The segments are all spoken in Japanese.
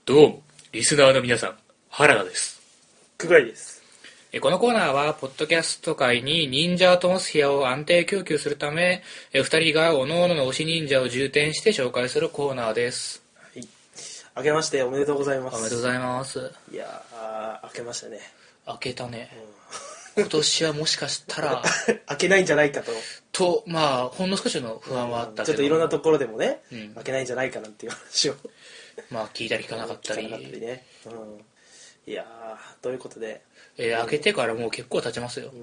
どうも、リスナーの皆さん、原田です。 久我井です。 このコーナーは、ポッドキャスト界に忍者アトモスフィアを安定供給するため、二人が各々の推し忍者を重点して紹介するコーナーです。 はい。明けましておめでとうございます。 おめでとうございます。 いやー、明けましたね。 明けたね。今年はもしかしたら、 明けないんじゃないかと。 まあ、ほんの少しの不安はあったけど、 ちょっといろんなところでもね、 うん明けないんじゃないかなんていう話を。 まあ、聞いたり聞かなかったり。 ね。いやー、ということで。 明けてからもう結構経ちますよ。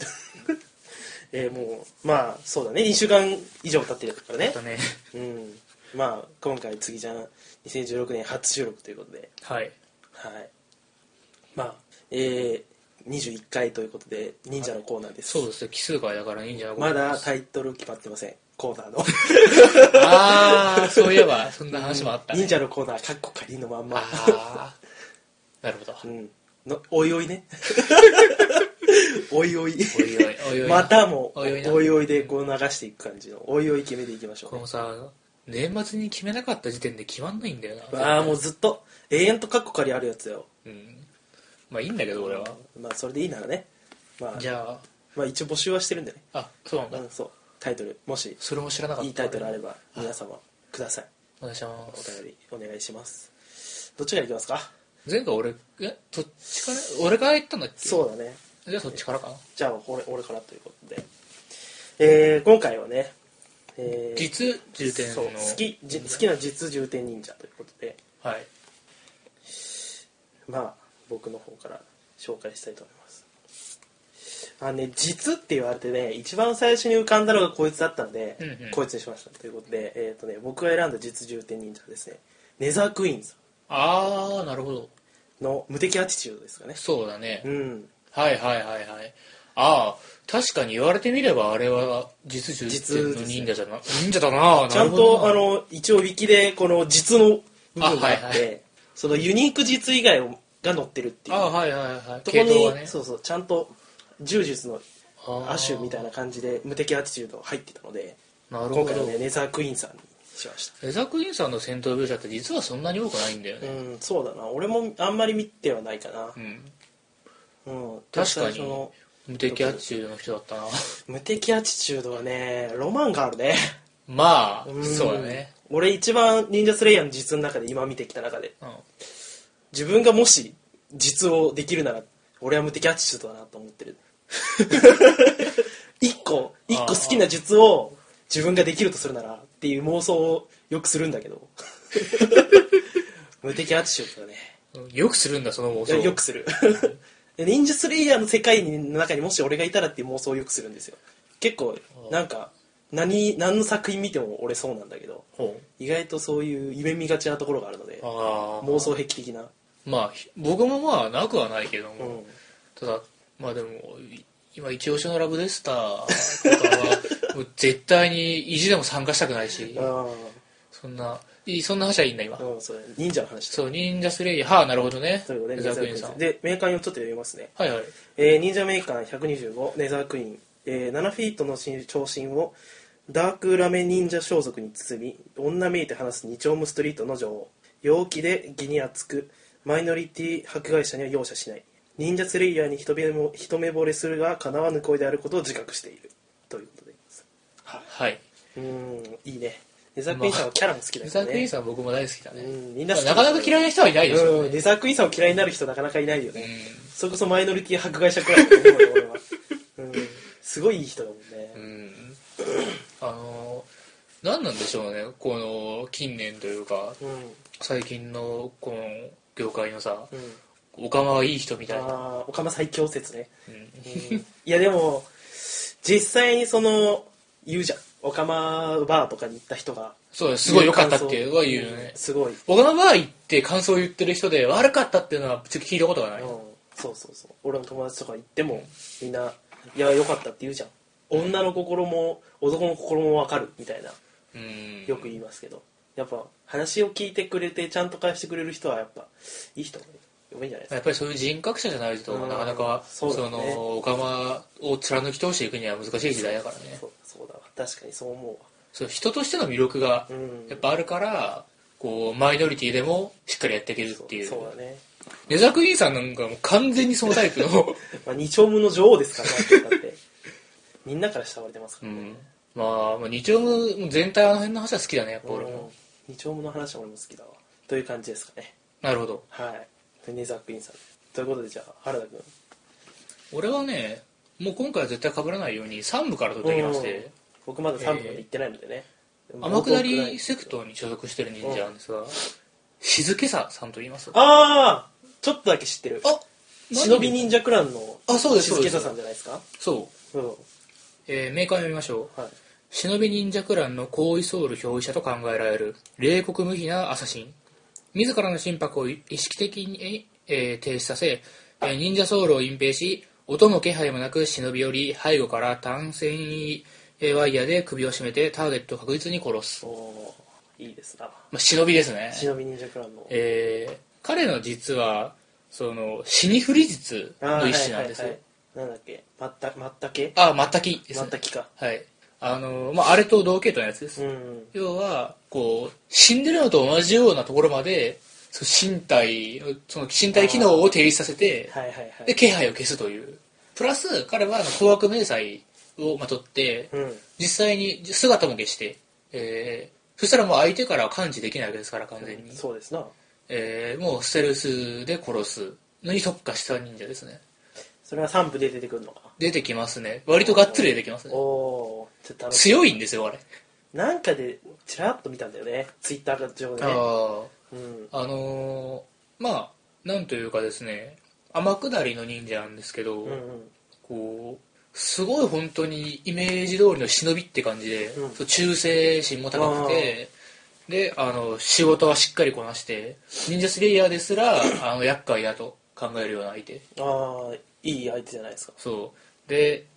もう、まあ、そうだね。2週間以上経ってるからね。 ね。 まあ、今回次じゃん、2016年初収録ということで。 はい。 はい。まあ、21回ということで忍者のコーナーです。 そうですよ、奇数回だから忍者のコーナーまだタイトル決まってません、コーナーの。 ああ、そういえばそんな話もあったね。 忍者のコーナーカッコ仮のまんま。 なるほど。おいおいね。おいおい。またもおいおいでこう流していく感じのおいおい決めでいきましょう。 このさ、年末に決めなかった時点で決まんないんだよな。 もうずっと永遠とカッコ仮あるやつよ。 まあいいんだけど俺は。 まあそれでいいならね。 じゃあ、 まあ一応募集はしてるんでね。 あ、そうなんだ。 そう。タイトルもしそれも知らなかった。 いいタイトルあれば皆様ください。 お願いします。 お便りお願いします。どっちからいきますか。 前回どっちから俺から言ったんだっけ。 そうだね。 じゃあそっちからかな。 じゃあ俺からということで、今回はね、 実重点の好きな実重点忍者ということで、 はい。 まあ僕の方から紹介したいと思います。実って言われてね、一番最初に浮かんだのがこいつだったんで、こいつにしましたということで、僕が選んだ実重点忍者はですね、ネザークイーンさん。 ああ、なるほど。 の無敵アティチュードですかね。 そうだね。はいはいはいはい。ああ、確かに言われてみればあれは実重点の忍者じゃな、忍者だな。 ちゃんと一応ウィキでこの実の部分があって、そのユニーク実以外が載ってるっていう。 はいはいはい。 とこに、そうちゃんと柔術の亜種みたいな感じで無敵アティチュード入ってたので、今回はねネザークイーンさんにしました。 ネザークイーンさんの戦闘描写って実はそんなに多くないんだよね。 そうだな。俺もあんまり見てはないかな。 確かに無敵アティチュードの人だったな。 無敵アティチュードはねロマンがあるね。 まあそうだね。 俺一番忍者スレイヤーの実の中で今見てきた中で、自分がもし実をできるなら俺は無敵アティチュードだなと思ってる。一個好きな術を自分ができるとするならっていう妄想をよくするんだけど無敵アティチュードだね。 よくするんだその妄想。 よくする。忍者スレイヤーの世界の中にもし俺がいたらっていう妄想をよくするんですよ。結構なんか何の作品見ても俺そうなんだけど、意外とそういう夢見がちなところがあるので、妄想癖的な。 まあ僕もまあなくはないけども、ただまあでも今一押しのラブデスターとかは絶対に意地でも参加したくないし、そんな話はいいんだ今。 そう忍者の話。 そう忍者スレイヤー。なるほどね。 ネザークイーンさんでメーカーをちょっと読みますね。 はいはい。 忍者メーカー125ネザークイーン、7フィートの長身をダークラメ忍者装束に包み女めいて話す2丁目ストリートの女王。陽気で義に厚くマイノリティ迫害者には容赦しない。忍者スレイヤーに一目惚れするが叶わぬ恋であることを自覚しているということで、 はい。 いいね。ネザークイーンさんはキャラも好きだよね。 ネザークイーンさんは僕も大好きだね。 みんななかなか嫌いな人はいないでしょうね。 ネザークイーンさんを嫌いになる人なかなかいないよね。それこそマイノリティ迫害者くらいだと思うよ俺は。すごいいい人だもんね。 何なんでしょうね、この近年というか、最近のこの業界のさ、オカマはいい人みたいな。 オカマ最強説ね。いやでも実際に言うじゃん。オカマバーとかに行った人がそうすごい良かったっては言うよね。 すごいオカマバー行って感想を言ってる人で悪かったっていうのはちょっと聞いたことがない。 そう俺の友達とか行ってもみんないや良かったって言うじゃん。女の心も男の心も分かるみたいなよく言いますけど、やっぱ話を聞いてくれてちゃんと返してくれる人はやっぱいい人が多いんじゃないですか。 やっぱりそういう人格者じゃないとなかなかオカマを貫き通していくには難しい時代だからね。 そうだわ、確かにそう思うわ。 そう人としての魅力がやっぱあるからこうマイノリティでもしっかりやっていけるっていう。 そうだね。 ネザクイーンさんなんかもう完全にそのタイプのまあ2丁目の女王ですからだってみんなから慕われてますからね、 まあ2丁目全体あの辺の話は好きだねやっぱ俺も。 2丁目の話は俺も好きだわという感じですかね。 なるほど。 はいネザクイーンさんということで、じゃあ原田君。 俺はねもう今回は絶対被らないように3部から取ってきまして、 僕まだ3部まで行ってないのでね、 天下りセクトに所属してる忍者なんですが、静けささんと言います。 ああちょっとだけ知ってる。忍び忍者クランのそうです静けささんじゃないですか。 そう、メーカー読みましょう、忍び忍者クランの高位ソウル憑依者と考えられる冷酷無比なアサシン。自らの心拍を意識的に、停止させ、忍者ソウルを隠蔽し、音も気配もなく忍び寄り、背後から単線ワイヤーで首を絞めてターゲットを確実に殺す。 いいですな。 忍びですね。 忍び忍者クランの。 彼の実はその死に振り術の一種なんですよ。 なんだっけ、まったけ？ まったきですね。 まったきか。 はい。あれと同系統のやつです。要はこう死んでるのと同じようなところまで身体機能を停止させて、で気配を消すという。プラス彼は紅白迷彩をまとって、実際に姿も消して、そしたらもう相手からは感知できないわけですから完全に。 そうですな。 もうステルスで殺すのに特化した忍者ですね。 それは3部で出てくるのか。 出てきますね。割とがっつり出てきますね。強いんですよあれ。 なんかでちらっと見たんだよね、ツイッター上でね。 まあなんというかですね、天下りの忍者なんですけど、こうすごい本当にイメージ通りの忍びって感じで、忠誠心も高くて、で仕事はしっかりこなして、忍者スレイヤーですら厄介だと考えるような相手。 いい相手じゃないですか。 そうで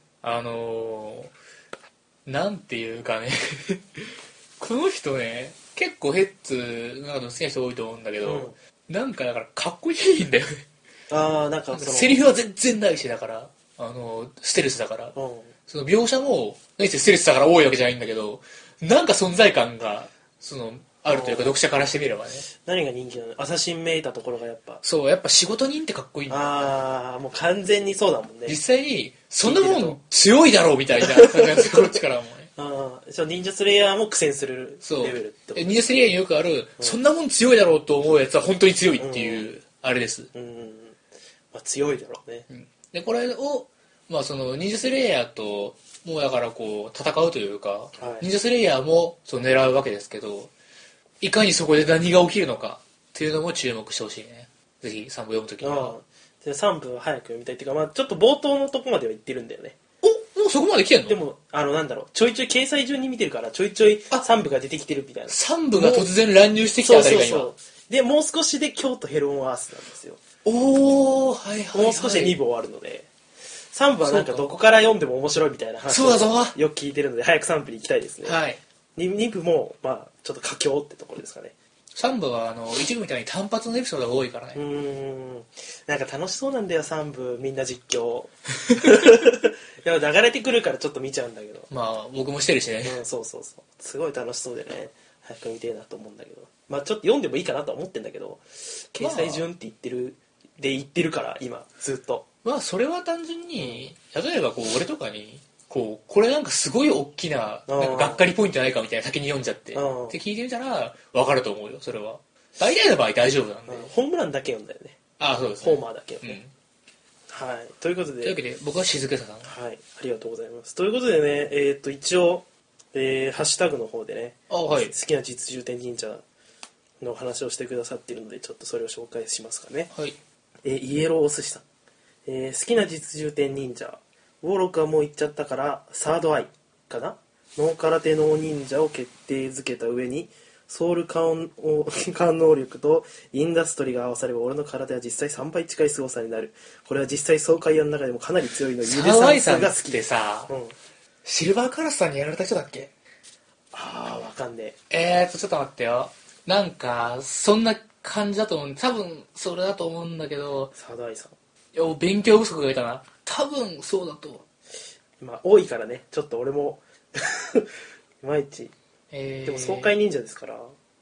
なんていうかねこの人ね結構ヘッツなんか好きな人多いと思うんだけど、なんかだからかっこいいんだよね。なんかセリフは全然ないし、だからステルスだから、その描写も何せステルスだから多いわけじゃないんだけど、なんか存在感があるというか、読者からしてみればね。 何が人気なの？アサシンめいたところがやっぱ。 やっぱ仕事人ってかっこいいんだよ。もう完全にそうだもんね。 実際にそんなもん強いだろうみたいな感じなんですよこっちからもね。 忍者スレイヤーも苦戦するレベルってこと。 忍者スレイヤーによくある、そんなもん強いだろうと思うやつは本当に強いっていう、あれです。 強いだろうね。 でこれをその忍者スレイヤーともうだからこう戦うというか、忍者スレイヤーも狙うわけですけど、いかにそこで何が起きるのかっていうのも注目してほしいね。ぜひ3部読むときには。 3部は早く読みたいっていうか、ちょっと冒頭のとこまでは言ってるんだよね。 もうそこまで来てんの？ でもちょいちょい掲載順に見てるから、ちょいちょい3部が出てきてるみたいな。 3部が突然乱入してきたあたりが今。 でもう少しで京都ヘルオンアースなんですよ。もう少しで2部終わるので、3部はなんかどこから読んでも面白いみたいな話をよく聞いてるので、早く3部に行きたいですね。2部もちょっと佳境ってところですかね。 3部は一部みたいに単発のエピソードが多いからね。 なんか楽しそうなんだよ3部、みんな実況でも流れてくるからちょっと見ちゃうんだけど、 僕もしてるしね。 そうすごい楽しそうでね、早く見てえなと思うんだけど、ちょっと読んでもいいかなとは思ってんだけど、掲載順って言ってるから今ずっとそれは単純に例えば俺とかにこれなんかすごい大きながっかりポイントないかみたいな先に読んじゃってって聞いてみたら分かると思うよ。それは大体の場合大丈夫なんで、 ホームランだけ読んだよね。 そうですね、 ホーマーだけ読んで、ということで、 僕は静けささん、 ありがとうございます。ということでね、一応、ハッシュタグの方でね、好きな実重点忍者の話をしてくださっているので、ちょっとそれを紹介しますかね。イエローお寿司さん、好きな実重点忍者、ウォーロックはもう言っちゃったからサードアイかな、ノー空手ノー忍者を決定づけた上にソウル感能力とインダストリーが合わされば俺の空手は実際3倍近い凄さになる。これは実際爽快屋の中でもかなり強いの。ゆでさんが好きでさ、 シルバーカラスさんにやられた人だっけ？ わかんねえ。ちょっと待ってよ。なんかそんな感じだと思う。多分それだと思うんだけど。 サードアイさん、 勉強不足がいたな。多分そうだと。 多いからね、ちょっと俺もいまいち。でも爽快忍者ですから。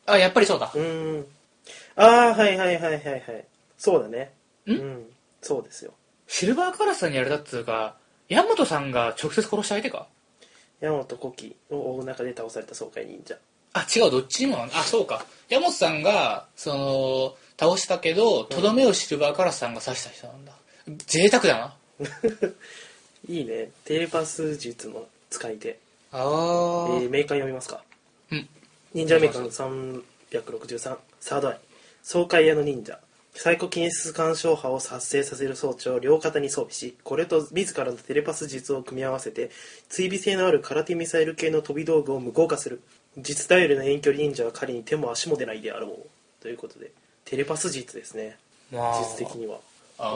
あ、やっぱりそうだ。 ああ、はいはいはいはいはい。そうだね。そうですよ。 シルバーカラスさんにやられたっつうか、ヤマトさんが直接殺した相手か。 ヤマト古希を大中で倒された爽快忍者。 あ、違う、どっちにも。あ、そうか。ヤマトさんが、倒したけど、とどめをシルバーカラスさんが刺した人なんだ。贅沢だな。 いいね。テレパス術の使い手。 あー。 メーカー読みますか。 うん。 忍者メーカー363、サードアイ。爽快屋の忍者。サイコキネシス干渉波を発生させる装置を両肩に装備し、これと自らのテレパス術を組み合わせて、追尾性のある空手ミサイル系の飛び道具を無効化する。実頼りの遠距離忍者は彼に手も足も出ないであろう。ということで、テレパス術ですね。 まあ、 実的には。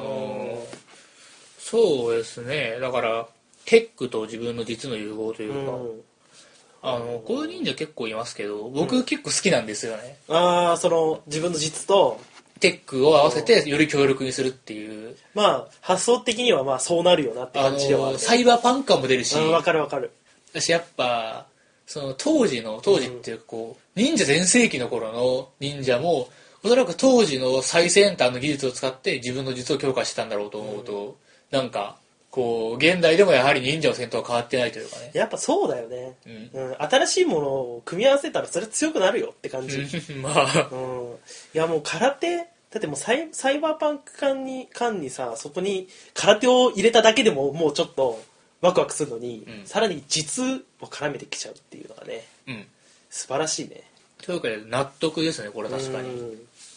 そうですね。だから、テックと自分の実の融合というか、こういう忍者結構いますけど、僕結構好きなんですよね。 ああ、自分の実と、 テックを合わせてより強力にするっていう。 まあ、発想的にはまあそうなるよなって感じではある、ね。 サイバーパンク感も出るし。 わかるわかる。 私やっぱ、当時っていうかこう、忍者全盛期の頃の忍者も、おそらく当時の最先端の技術を使って自分の術を強化してたんだろうと思うと、なんか、こう、現代でもやはり忍者の戦闘は変わってないというかね。 やっぱそうだよね。新しいものを組み合わせたらそれ強くなるよって感じ。 まあ。 いやもう空手、だってもうサイバーパンク間にさ、そこに空手を入れただけでももうちょっとワクワクするのに、さらに実を絡めてきちゃうっていうのがね、素晴らしいね。 というか納得ですね、これ確かに。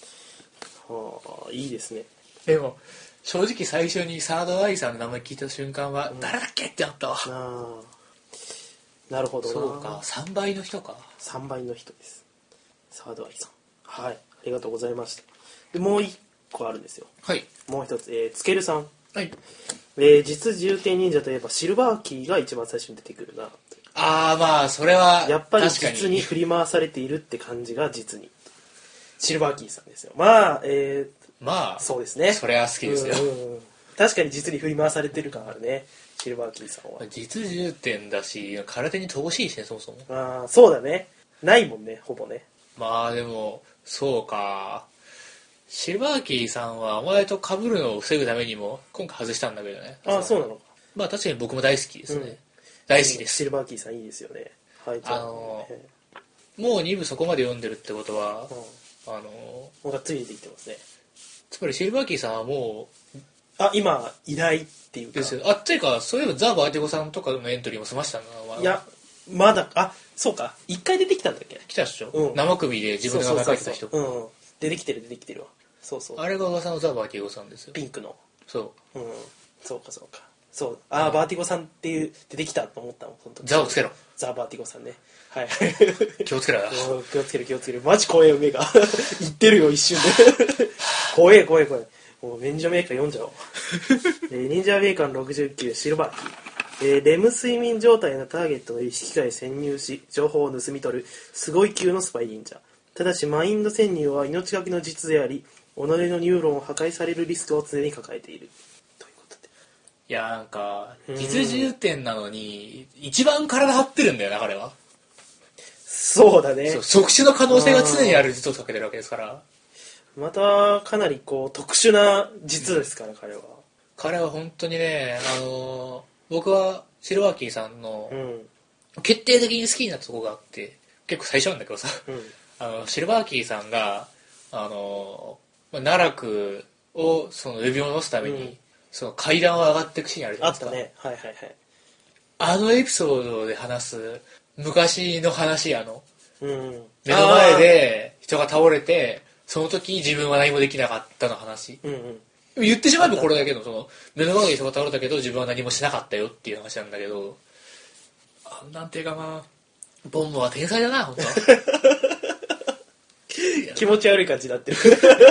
いいですね。 でも正直最初にサードアイさんの名前聞いた瞬間は、誰だっけってなったわ。 なるほどな。 そうか、3倍の人か。 3倍の人です。サードアイさん。はい、ありがとうございました。でもう1個あるんですよ。 はい。 もう一つ、つけるさん。 はい。 実重点忍者といえばシルバーキーが一番最初に出てくるな。 ああ、まあそれはやっぱり実に振り回されているって感じが実にシルバーキーさんですよ。まあ、そうですね。 それは好きですよ。 確かに実に振り回されてる感あるね、シルバーキーさんは。 実重点だし、空手に乏しいしね、そもそも。 ああ、そうだね。ないもんね、ほぼね。 まあでも、そうか。シルバーキーさんはお前と被るのを防ぐためにも今回外したんだけどね。 ああ、そうなのか。 まあ確かに僕も大好きですね。大好きです。 シルバーキーさんいいですよね。はい、じゃあ、 もう2部そこまで読んでるってことは、 もうがっつり出てきてますね。 つまりシルバーキーさんはもう、 今いないっていうか。 ですよ。っていうか、そういえばザ・バーティゴさんとかのエントリーも済ましたな。 いや、まだ、そうか。1回出てきたんだっけ。 来たっしょ、生首で自分の名前書いてた人。 出てきてるわ。そうそう。 あれが噂のザ・バーティゴさんですよ。 ピンクの。 そう。 そうか。そう。バーティゴさんっていう出てきたと思ったもん。 ザをつけろ。 ザ・バーティゴさんね。はい。 気をつけろよ。 気をつける。マジ怖え、目が。言ってるよ、一瞬で。怖え。もう免除メーカー読んじゃおう。忍者メーカーの69、シルバーキー。レム睡眠状態のターゲットの意識外へ潜入し、情報を盗み取る、すごい級のスパイ忍者。ただし、マインド潜入は命がけの術であり、己のニューロンを破壊されるリスクを常に抱えている。ということで。 いや、なんか、実重点なのに、一番体張ってるんだよな、彼は。 そうだね。 即死の可能性が常にある術をかけてるわけですから。 また、かなり特殊な術ですから、彼は。 彼は本当にね、僕はシルバーキーさんの、決定的に好きになったとこがあって、結構最初なんだけどさ、シルバーキーさんが、奈落を呼び戻すために、階段を上がっていくシーンあるじゃないですか。 あったね。はい。 あのエピソードで話す、昔の話、目の前で人が倒れて、その時自分は何もできなかったの話。言ってしまえばこれだけど、目の前で人が倒れたけど自分は何もしなかったよっていう話なんだけど、なんていうかな、ボンボは天才だな、本当気持ち悪い感じになってる。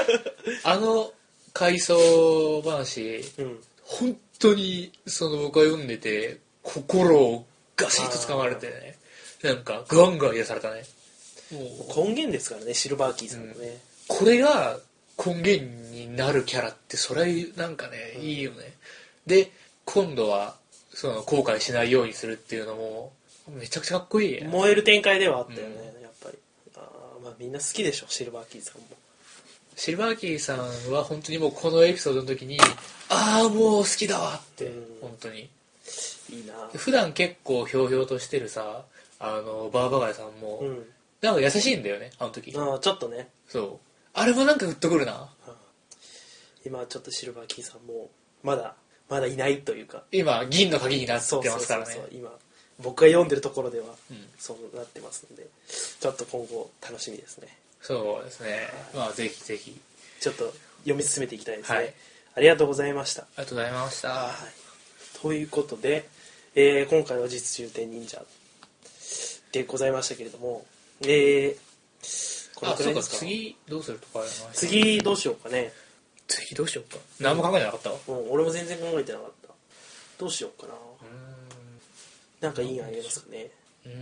回想話、本当に僕が読んでて心をガシッと掴まれてね、なんかガンガン癒されたね。 もう根源ですからね、シルバーキーさんのね。 これが根源になるキャラってそれなんかね、いいよね。で今度は後悔しないようにするっていうのもめちゃくちゃかっこいい。 燃える展開ではあったよね、やっぱり。 あみんな好きでしょシルバーキーさんも。 シルバーキーさんは本当にもうこのエピソードの時にああもう好きだわって、本当にいいな。 普段結構ひょうひょうとしてるさバーバガヤさんも、なんか優しいんだよねあの時。 あちょっとね。 そうあれもなんかグッとくるな。 今ちょっとシルバーキーさんもまだいないというか、 今銀の鍵になってますからね。 そう今僕が読んでるところではそうなってますので、ちょっと今後楽しみですね。 そうですね、まあぜひぜひちょっと読み進めていきたいですね、 はい、 ありがとうございました。 ありがとうございました、はい、 ということで、今回は実中天忍者でございましたけれども、これくらいですか。 次どうするとか次どうしようかね。 次どうしようか、何も考えてなかったわ、 俺も全然考えてなかった。どうしようかな。なんかいい案ありますかね。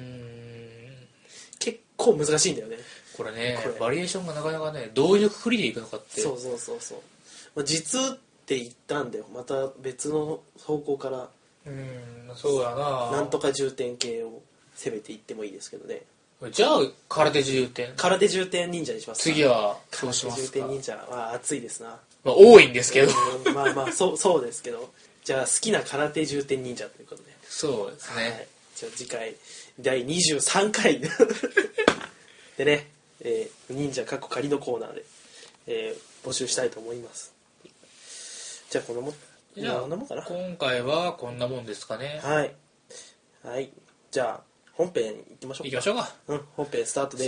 結構難しいんだよねこれね。バリエーションがなかなかね、どういうくくりでいくのかって。 そう、まあ、実って言ったんだよ。また別の方向からそうだな、 なんとか重点系を攻めていってもいいですけどね。 じゃあ空手重点忍者にしますか。 次はそうしますか。 空手重点忍者は熱いですな。 まあ多いんですけどまあそうですけど、じゃあ好きな空手重点忍者ということで。 そうですね、 はい、じゃあ次回第23回でね、忍者仮のコーナーで、募集したいと思います。じゃあこんなもんかな。 今回はこんなもんですかね。 はい、じゃあ本編行きましょうか。 行きましょうか。 本編スタートです。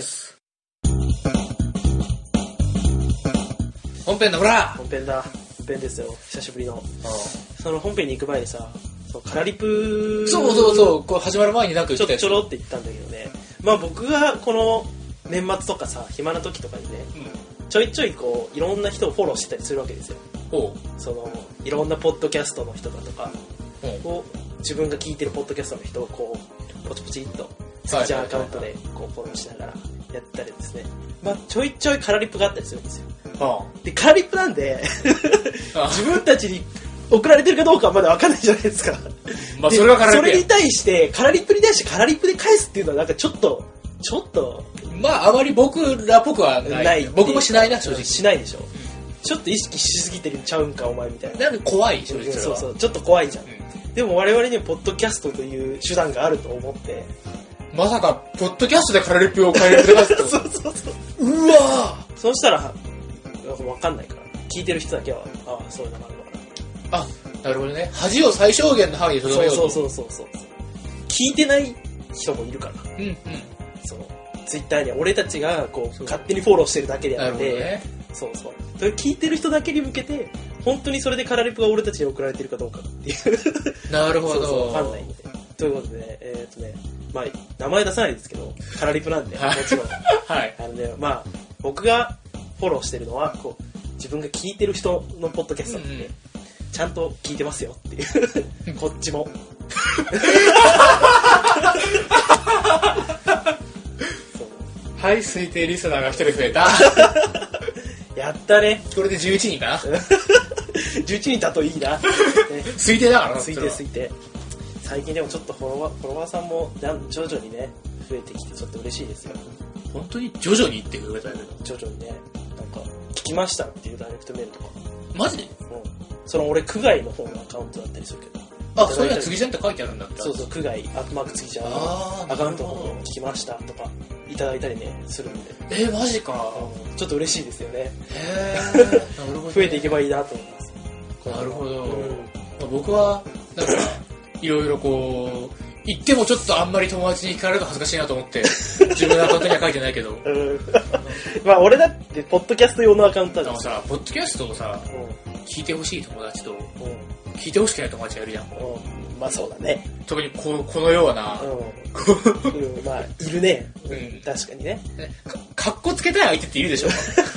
本編だほら。 本編ですよ。久しぶりの。その本編に行く前にさ、カラリプそうこう始まる前になんかちょろって言ったんだけどね。まあ僕がこの年末とかさ暇な時とかにね、ちょいちょいこういろんな人をフォローしてたりするわけですよ。そのいろんなポッドキャストの人だとかを自分が聞いてるポッドキャストの人をこうポチポチっとツイッターアカウントでこうフォローしながらやったりですね。まあちょいちょいカラリプがあったりするんですよ。でカラリプなんで自分たちに送られてるかどうかはまだ分かんないじゃないですか。 まあそれはカラリプや。 それに対してカラリプに対してカラリプで返すっていうのはなんかちょっとまああまり僕らっぽくはない。僕もしないな正直。 しないでしょ。ちょっと意識しすぎてるんちゃうんかお前みたいな。 なんか怖い正直。 そうちょっと怖いじゃん。でも我々にはポッドキャストという手段があると思って。 まさかポッドキャストでカラリプを変えるってことそううわー。 そうしたら分かんないから聞いてる人だけはそういうのがあるのかな。 なるほどね。恥を最小限の範囲で留めようと。 そう聞いてない人もいるから。そのツイッターには俺たちがこう勝手にフォローしてるだけであって、 ね、 それ聞いてる人だけに向けて本当にそれでカラリプが俺たちに送られてるかどうかっていうなるほど。 分かんないんで。ということでまあ名前出さないですけどカラリプなんでもちろんまあ僕がフォローしてるのはこう自分が聞いてる人のポッドキャストなんで、ちゃんと聞いてますよっていうこっちもはい、推定リスナーが1人増えたやったね。 これで11人かな 11人だといいな、 推定だからな。 推定最近でもちょっとフォロワーさんも徐々にね増えてきてちょっと嬉しいですよ。 本当に徐々にって増えたよね。 徐々にね、なんか聞きましたっていうダイレクトメールとか。 マジで？ その俺区外の方のアカウントだったりするけど。 そういうの次じゃんって書いてあるんだって。 そう区外次じゃんアカウントの方聞きましたとかいただいたりねするんで。 マジか。 ちょっと嬉しいですよね。 なるほど。 増えていけばいいなと思います。 なるほど。僕はなんかいろいろこう言ってもちょっとあんまり友達に聞かれると恥ずかしいなと思って自分のアカウントには書いてないけどまあ俺だってポッドキャスト用のアカウントだからさ、ポッドキャストをさ、聞いてほしい友達と、聞いてほしくない友達がいるじゃん。 まあそうだね。 特にこのような、 まあいるね。確かにね。 かっこつけたい相手っているでしょ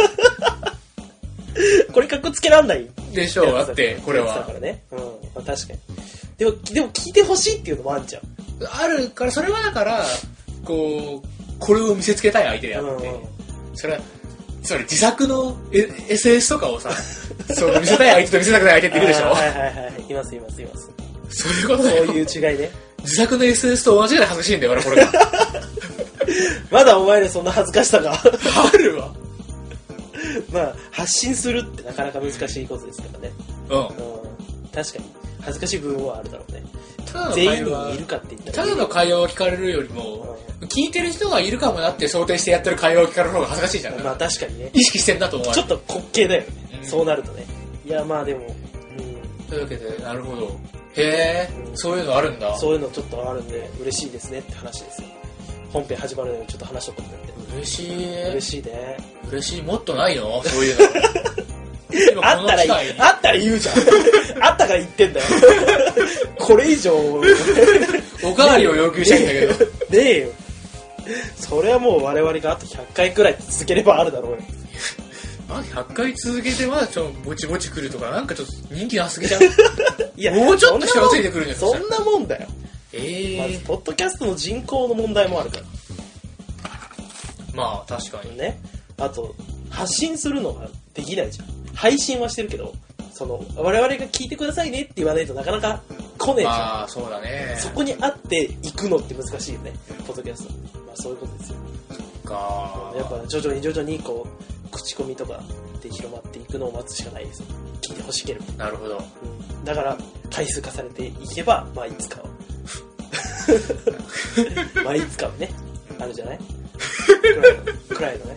これかっこつけらんないでしょう。だってこれはだからね。まあ、確かに。でも聞いてほしいっていうのもあるじゃん。 あるから、それはだからこれを見せつけたい相手であって、それ自作の SS とかをさ見せたい相手と見せたくない相手っているでしょ。 はいいます。 そういうことだよ。 そういう違いね。 自作の SS と同じぐらい恥ずかしいんだよこれがまだお前ねそんな恥ずかしさがあるわ。 まあ発信するってなかなか難しいことですからね。 うん。 確かに恥ずかしい部分はあるだろうね。 ただの全会話員にいるかって言ったらただの会話を聞かれるよりも、聞いてる人がいるかもなって想定してやってる会話を聞かれる方が恥ずかしいじゃん。 まあ確かにね。 意識してんだと思われる。 ちょっと滑稽だよね、 うん、 そうなるとね。いやまあでも、 というわけで、なるほど。へえ、そういうのあるんだ。 そういうのちょっとあるんで嬉しいですねって話ですよ。本編始まるのにちょっと話しとこうと思って。 嬉しい。 嬉しいね。 嬉しい。もっとないのそういうの。 あったら言うじゃん。あったから言ってんだよ。これ以上おかわりを要求したいんだけど。 ねえよ。それはもう我々があと100回くらい続ければあるだろうよ。 あ100回続けてまだちょっとぼちぼち来るとかなんかちょっと人気なすぎちゃう。 いやもうちょっと人がついてくるんじゃそんなもんだよ。まずポッドキャストの人口の問題もあるから。 まあ確かにね。あと発信するのができないじゃん。配信はしてるけど、その我々が聞いてくださいねって言わないとなかなか来ねえじゃん。 ああそうだね。 そこにあって行くのって難しいよね、ポッドキャスト。まあそういうことですよ。やっぱ徐々にこう口コミとかで広まっていくのを待つしかないですよ。聞いてほしければ。 なるほど。 だから回数化されていけばまあいつかはまあいつかはねあるじゃないくらいのね。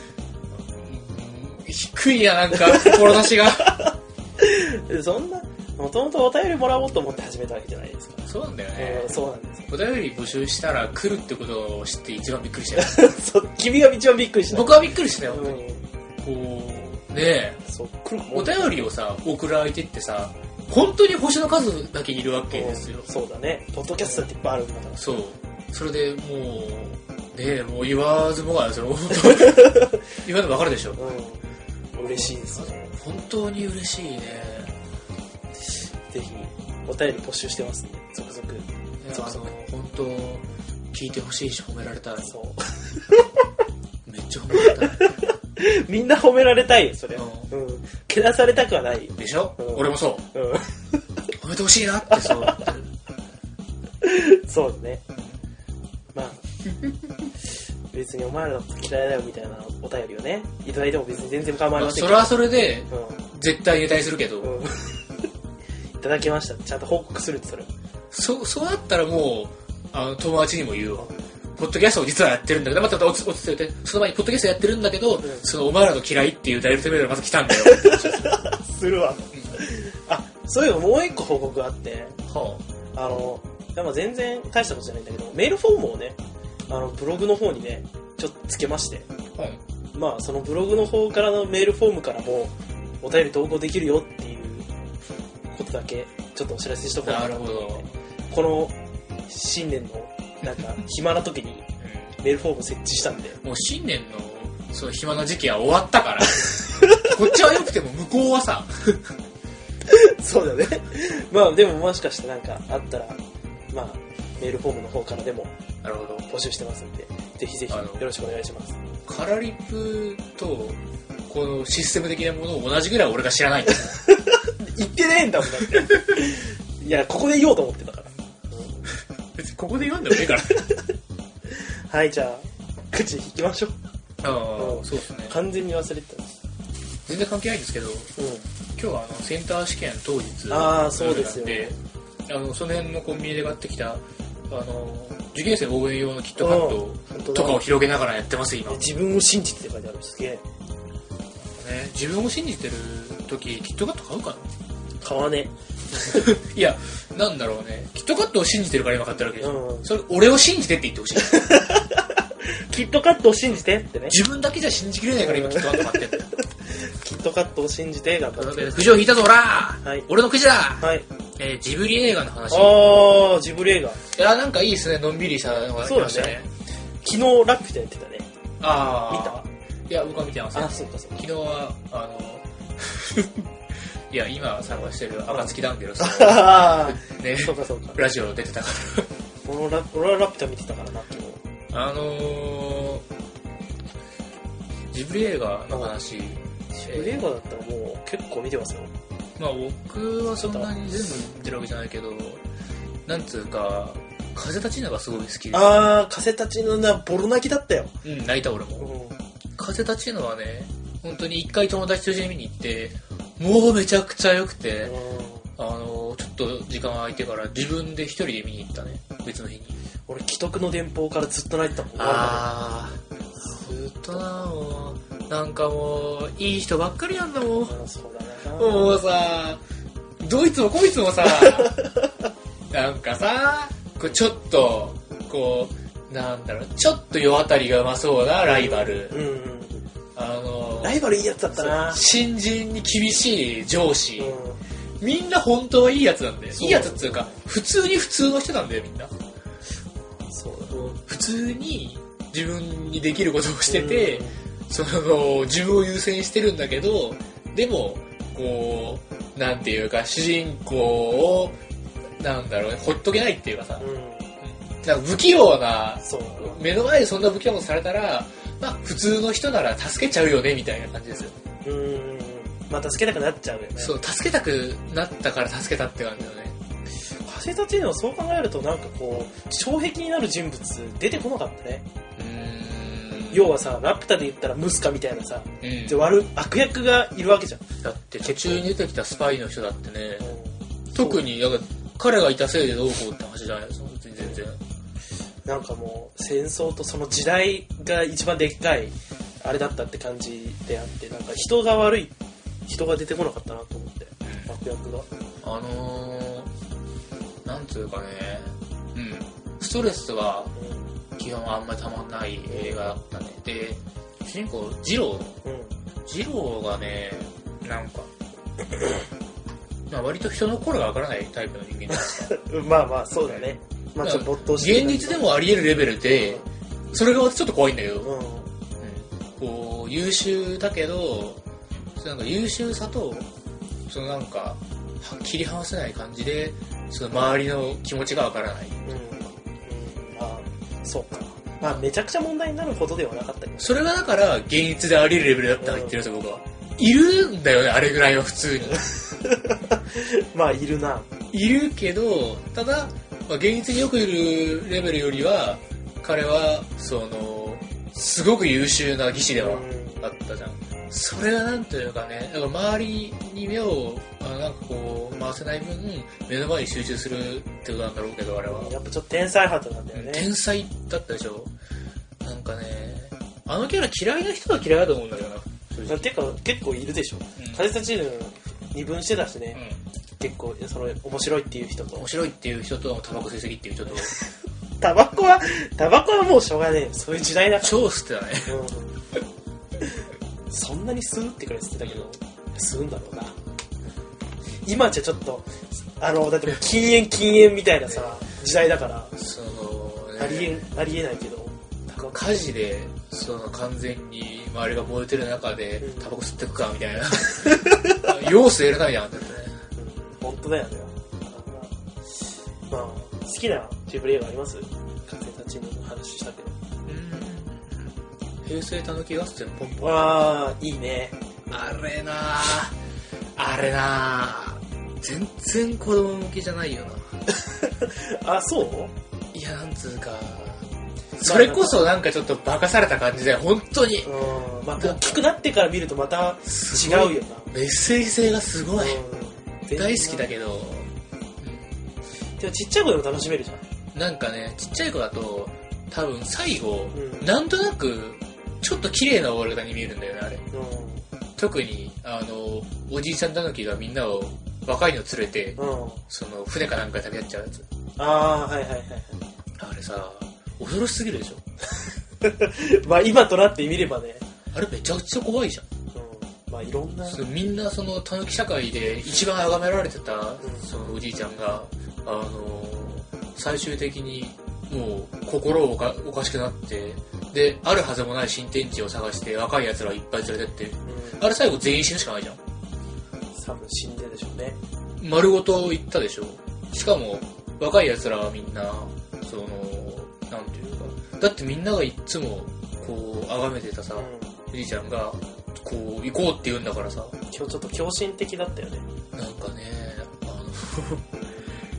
低いやなんか志がそんなもともとお便りもらおうと思って始めたわけじゃないですか。 そうなんだよね。 そうなんですよ。 お便り募集したら来るってことを知って一番びっくりしたよ。 君が一番びっくりした。 僕はびっくりしたよ、本当に。こうねえ、お便りをさ送る相手ってさ本当に星の数だけいるわけですよ。 そうだね。ポッドキャストっていっぱいあるんだから。 そう。それでもうねえ、もう言わずもがなそれ本当に言わずもわかるでしょ。 嬉しいですね。 本当に嬉しいね。 ぜひお便り募集してますね。続々。 本当聞いてほしいし褒められたい。 そう。 めっちゃ褒められたい。 みんな褒められたいよそれ。けなされたくはないでしょ。俺もそう。褒めてほしいなってそう。 そうだね。まあ。別にお前らのこと嫌いだよみたいなお便りをねいただいても別に全然構いませんけど、 それはそれで、絶対に対するけど、 いただきましたちゃんと報告するってそれそうなったらもう友達にも言うわ。ポッドキャストを実はやってるんだけど、また落ち着いてその前にポッドキャストやってるんだけど、そのお前らの嫌いっていうダイレクトメールがまず来たんだよするわ。あ、そういうのもう一個報告があって、でも全然大したことじゃないんだけどメールフォームをねブログの方にねちょっとつけまして、まあそのブログの方からのメールフォームからもお便り投稿できるよっていうことだけちょっとお知らせしとこうかなと思って、この新年のなんか暇な時にメールフォーム設置したんで、 もう新年のその暇な時期は終わったからこっちは良くても向こうはさそうだね。まあでももしかしてなんかあったらまあメールフォームの方からでもなるほど募集してますんで、ぜひぜひよろしくお願いします。 カラリップとこのシステム的なものを同じぐらい俺が知らないんだ言ってねえんだもんだっていやここで言おうと思ってたから、 別にここで言わんでもいいからはい、じゃあ口引きましょう。 そうですね。 完全に忘れてた。 全然関係ないんですけど、今日はセンター試験当日そうですよね。 その辺のコンビニで買ってきた受験生応援用のキットカットとかを広げながらやってます今。 自分を信じてって書いてある。すげえね。 自分を信じてる時キットカット買うかな。 買わねえいやなんだろうね、キットカットを信じてるから今買ってるわけでしょ、それ俺を信じてって言ってほしいキットカットを信じてってね。 自分だけじゃ信じきれないから今キットカット買ってるキットカットを信じて頑張って。 くじを引いたぞ俺のくじだ。ジブリ映画の話。 ジブリ映画。 いやなんかいいですね、のんびりしたのが来ましたね。 昨日ラピュタやってたね。見た？ いや僕は見てません。 そうかそうか。 昨日はいや今参加してる暁ダンゲルさんね、 そうかそうか。 ラジオ出てたから俺はラピュタ見てたからな昨日。 ジブリ映画の話。 ジブリ映画だったらもう結構見てますよ。 まあ僕はそんなに全部見てるわけじゃないけど、なんつうか風立ちぬがすごい好きで。 風立ちぬな、ボロ泣きだったよ。 泣いた俺も。風立ちぬはね、本当に一回友達と一緒に見に行って、もうめちゃくちゃ良くて、ちょっと時間空いてから自分で一人で見に行ったね、別の日に。 俺、既得の電報からずっと泣いてたもん。 ずっとな、もうなんかもういい人ばっかりなんだもん。 そうだな。 もうさ、どいつもこいつもさなんかさ、こうちょっとこうなんだろう、ちょっと世当たりがうまそうなライバル、 ライバルいいやつだったな。 新人に厳しい上司、みんな本当はいいやつなんだよ。いいやつっていうか普通に普通の人なんだよ、みんな。そうだ、普通に自分にできることをしてて、その自分を優先してるんだけど、でもこうなんていうか主人公をなんだろうね、ほっとけないっていうかさ、なんか不器用な、目の前でそんな不器用なことされたら、まあ普通の人なら助けちゃうよねみたいな感じですよ。 まあ助けたくなっちゃうよね。 そう、助けたくなったから助けたって感じだよね。 風立ちぬをそう考えると、なんかこう障壁になる人物出てこなかったね。要はさ、ラピュタで言ったらムスカみたいなさ、悪役がいるわけじゃん。 だって途中に出てきたスパイの人だってね、特に彼がいたせいでどうこうって話じゃないですか、全然。 なんかもう戦争とその時代が一番でっかいあれだったって感じであって、なんか人が悪い人が出てこなかったなと思って、悪役がなんつうかね、ストレスが基本あんまりたまんない映画だったね。で、主人公ジローがね、なんかまあ割と人の心がわからないタイプの人間じゃないですか。 まあそうだね。まあちょっと没頭して現実でもあり得るレベルで、それがちょっと怖いんだけど、こう優秀だけど、なんか優秀さとそのなんか切り離せない感じで、その周りの気持ちがわからない。 まあそうか。まあめちゃくちゃ問題になることではなかったけど、 それがだから現実であり得るレベルだったと言ってるんですよ、僕は。いるんだよね、あれぐらいは普通に。 まあいるな。 いるけど、ただ、まあ、現実によくいるレベルよりは、彼はそのすごく優秀な技師ではあったじゃん。それがなんというかね、だから周りに目をなんかこう回せない分、目の前に集中するってことなんだろうけど、あれはやっぱちょっと天才肌なんだよね。 天才だったでしょ。なんかね、あのキャラ嫌いな人は嫌いだと思うんだけどな。 てか結構いるでしょ。風立ちぬ二分してたしね。結構その面白いっていう人と面白いっていう人とタバコ吸いすぎっていう人とタバコはもうしょうがねえよ、そういう時代だから。 超吸ってたね、 そんなに吸うってくらい吸ってたけど、吸うんだろうな。今じゃちょっとだってもう禁煙みたいなさ時代だから、 その、ね、 ありえないけど、 火事でその完全に周りが燃えてる中でタバコ吸ってくかみたいな要素得れないやんだってね。 本当だよね。まあ好きなジブリ映画あります？風立ちぬの話したけど。 平成たぬき合戦ポンポン。 わあいいね。 あれな全然子供向けじゃないよな。あ、そう？ いや、なんつうか、それこそなんかちょっと化かされた感じで、本当に。 まあ大きくなってから見るとまた違うよな。 メッセージ性がすごい。大好きだけど、 でもちっちゃい子でも楽しめるじゃん。なんかね、ちっちゃい子だと多分最後、なんとなくちょっと綺麗な終わり方に見えるんだよね、あれ。特におじいちゃんたぬきがみんなを若いの連れて、その船かなんかで旅立っちゃうやつ。 はい。 あれさ、恐ろしすぎるでしょ。 まあ今となって見ればね、 あれめちゃくちゃ怖いじゃん。 まあいろんな、 みんなそのたぬき社会で一番崇められてた、そのおじいちゃんが最終的にもう心おかしくなって、であるはずもない新天地を探して若い奴らをいっぱい連れてって、あれ最後全員死ぬしかないじゃん。 多分死んでるでしょうね。 丸ごと言ったでしょ。しかも若い奴らはみんなそのなんていうか、だってみんながいつもこう崇めてたさ、おじいちゃんがこう行こうって言うんだからさ、 今日ちょっと狂信的だったよね。 なんかね、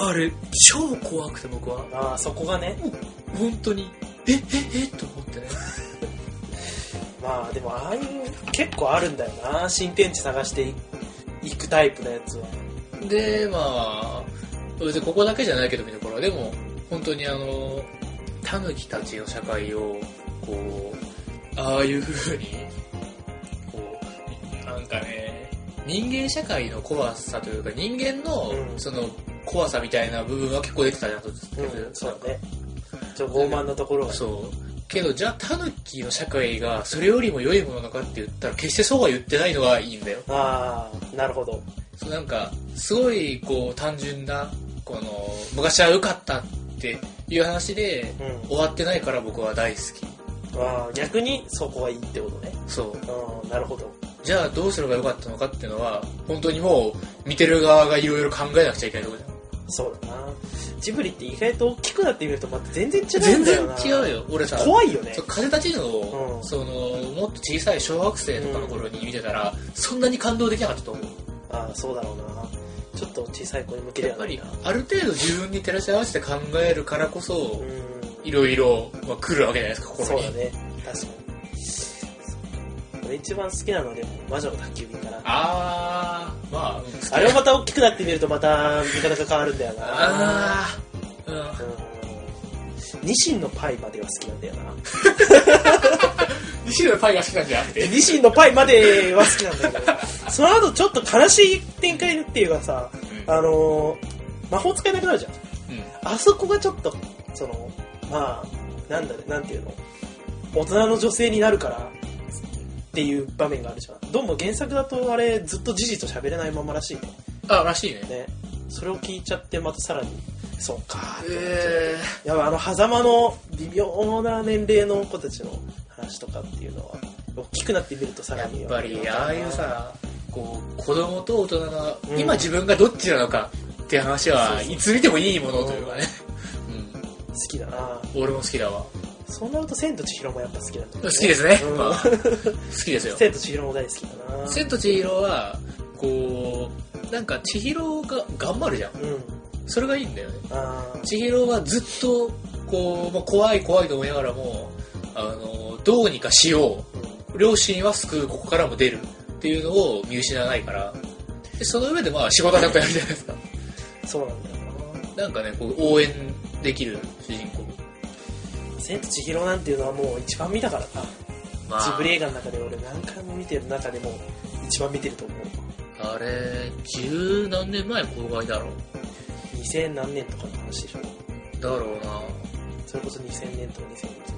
あれ超怖くて僕は。 ああ、そこがね。 本当にと思ってね。 まあでもああいう結構あるんだよな、新天地探していくタイプのやつは。 でまあ別にここだけじゃないけど見どころはでも本当にタヌキたちの社会をこうああいう風にこうなんかね人間社会の怖さというか人間のその怖さみたいな部分は結構出てたじゃんと、 そうだね。ちょっと傲慢なところが。 そうけどじゃあタヌキの社会がそれよりも良いものなのかって言ったら決してそうは言ってないのがいいんだよ。 ああ、なるほど。 そうなんかすごいこう単純なこの昔は良かったっていう話で、終わってないから僕は大好き。 ああ、逆にそこはいいってことね。 そう。 ああ、なるほど。 じゃあどうすればよかったのかっていうのは本当にもう見てる側がいろいろ考えなくちゃいけないところじゃん。 そうだな。ジブリって意外と大きくなってみるとまた全然違うんだよな。 全然違うよ。俺さ怖いよね。 風立ちぬを、そのもっと小さい小学生とかの頃に見てたら、そんなに感動できなかったと思う。 ああ、そうだろうな。ちょっと小さい子に向けてやっぱりある程度自分に照らし合わせて考えるからこそいろいろ来るわけじゃないですか、心に。 そうだね、確かに。俺一番好きなのはでも魔女の宅急便かな。 あー、まあ、 あれをまた大きくなってみるとまた見方が変わるんだよな。 あー、 ニシンのパイまでは好きなんだよな。 ニシンのパイが好きなんじゃなくて、 ニシンのパイまでは好きなんだけど、その後ちょっと悲しい展開っていうかさ、魔法使えなくなるじゃん。あそこがちょっとそのまあなんていうの、大人の女性になるからっていう場面があるじゃん。どうも原作だとあれずっとじじと喋れないままらしいね。 あ、らしいね。 ね、それを聞いちゃってまたさらにそうか。やばい、狭間の微妙な年齢の子たちの話とかっていうのは大きくなってみるとさらにやっぱりああいうさ、こう子供と大人が今自分がどっちなのかっていう話はいつ見てもいいものというかね。 好きだな。 俺も好きだわ。 そうなると千と千尋もやっぱ好きなんだよね。 好きですね。好きですよ。 千と千尋も大好きだな。 千と千尋はこうなんか千尋が頑張るじゃん。それがいいんだよね。千尋はずっとこう、怖いと思いながらもどうにかしよう、両親は救う、ここからも出るっていうのを見失わないから、でその上でまあ仕事はちゃんとやるじゃないですか。 そうなんだよな。なんかね、こう応援できる主人公。 千と千尋なんていうのはもう一番見たからな、ジブリ映画の中で俺何回も見てる中でも一番見てると思う。 あれ十何年前公開だろう。 2000何年とかの話でしょ。 だろうな。 それこそ2000年とか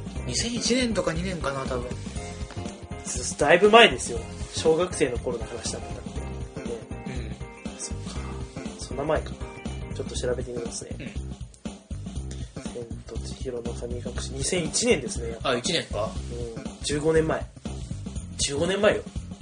2001年とか2年かな多分。 だいぶ前ですよ。小学生の頃の話だったんでね。そっか、そんな前かな。ちょっと調べてみますね。千と千尋の神隠し2001年ですね。 あ、1年か。 15年前よ。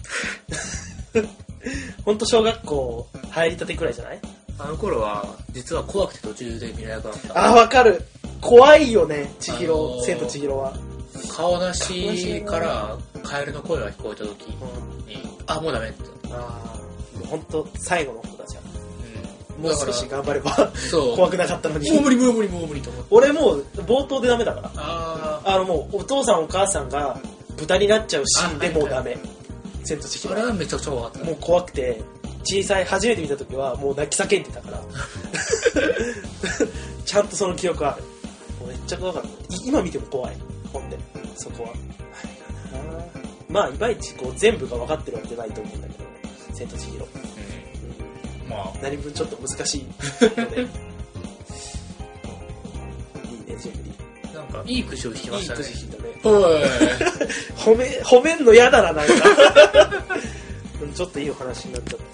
ほんと小学校入りたてくらいじゃない？ あの頃は実は怖くて途中で見れなくなった。 あ、わかる。怖いよね、千尋、千と千尋は。 顔なしからカエルの声が聞こえた時に、あ、もうダメって。 ほんと最後の方だじゃん。もう少し頑張れば怖くなかったのに。 もう無理と思って。 俺もう冒頭でダメだから。もうお父さんお母さんが豚になっちゃうシーンでもうダメ。千と千尋。 あれはめちゃくちゃ怖かった。 もう怖くて、初めて見た時はもう泣き叫んでたからちゃんとその記憶ある。めっちゃ怖かった。今見ても怖い。ほんでそこはまあいまいちこう全部が分かってるわけじゃないと思うんだけど、千と千尋、まあ何分ちょっと難しいのでいいね、ジブリ。 なんかいい口を引きましたね。 いい口引いたね。褒めんの嫌だな、なんかちょっといいお話になっちゃった。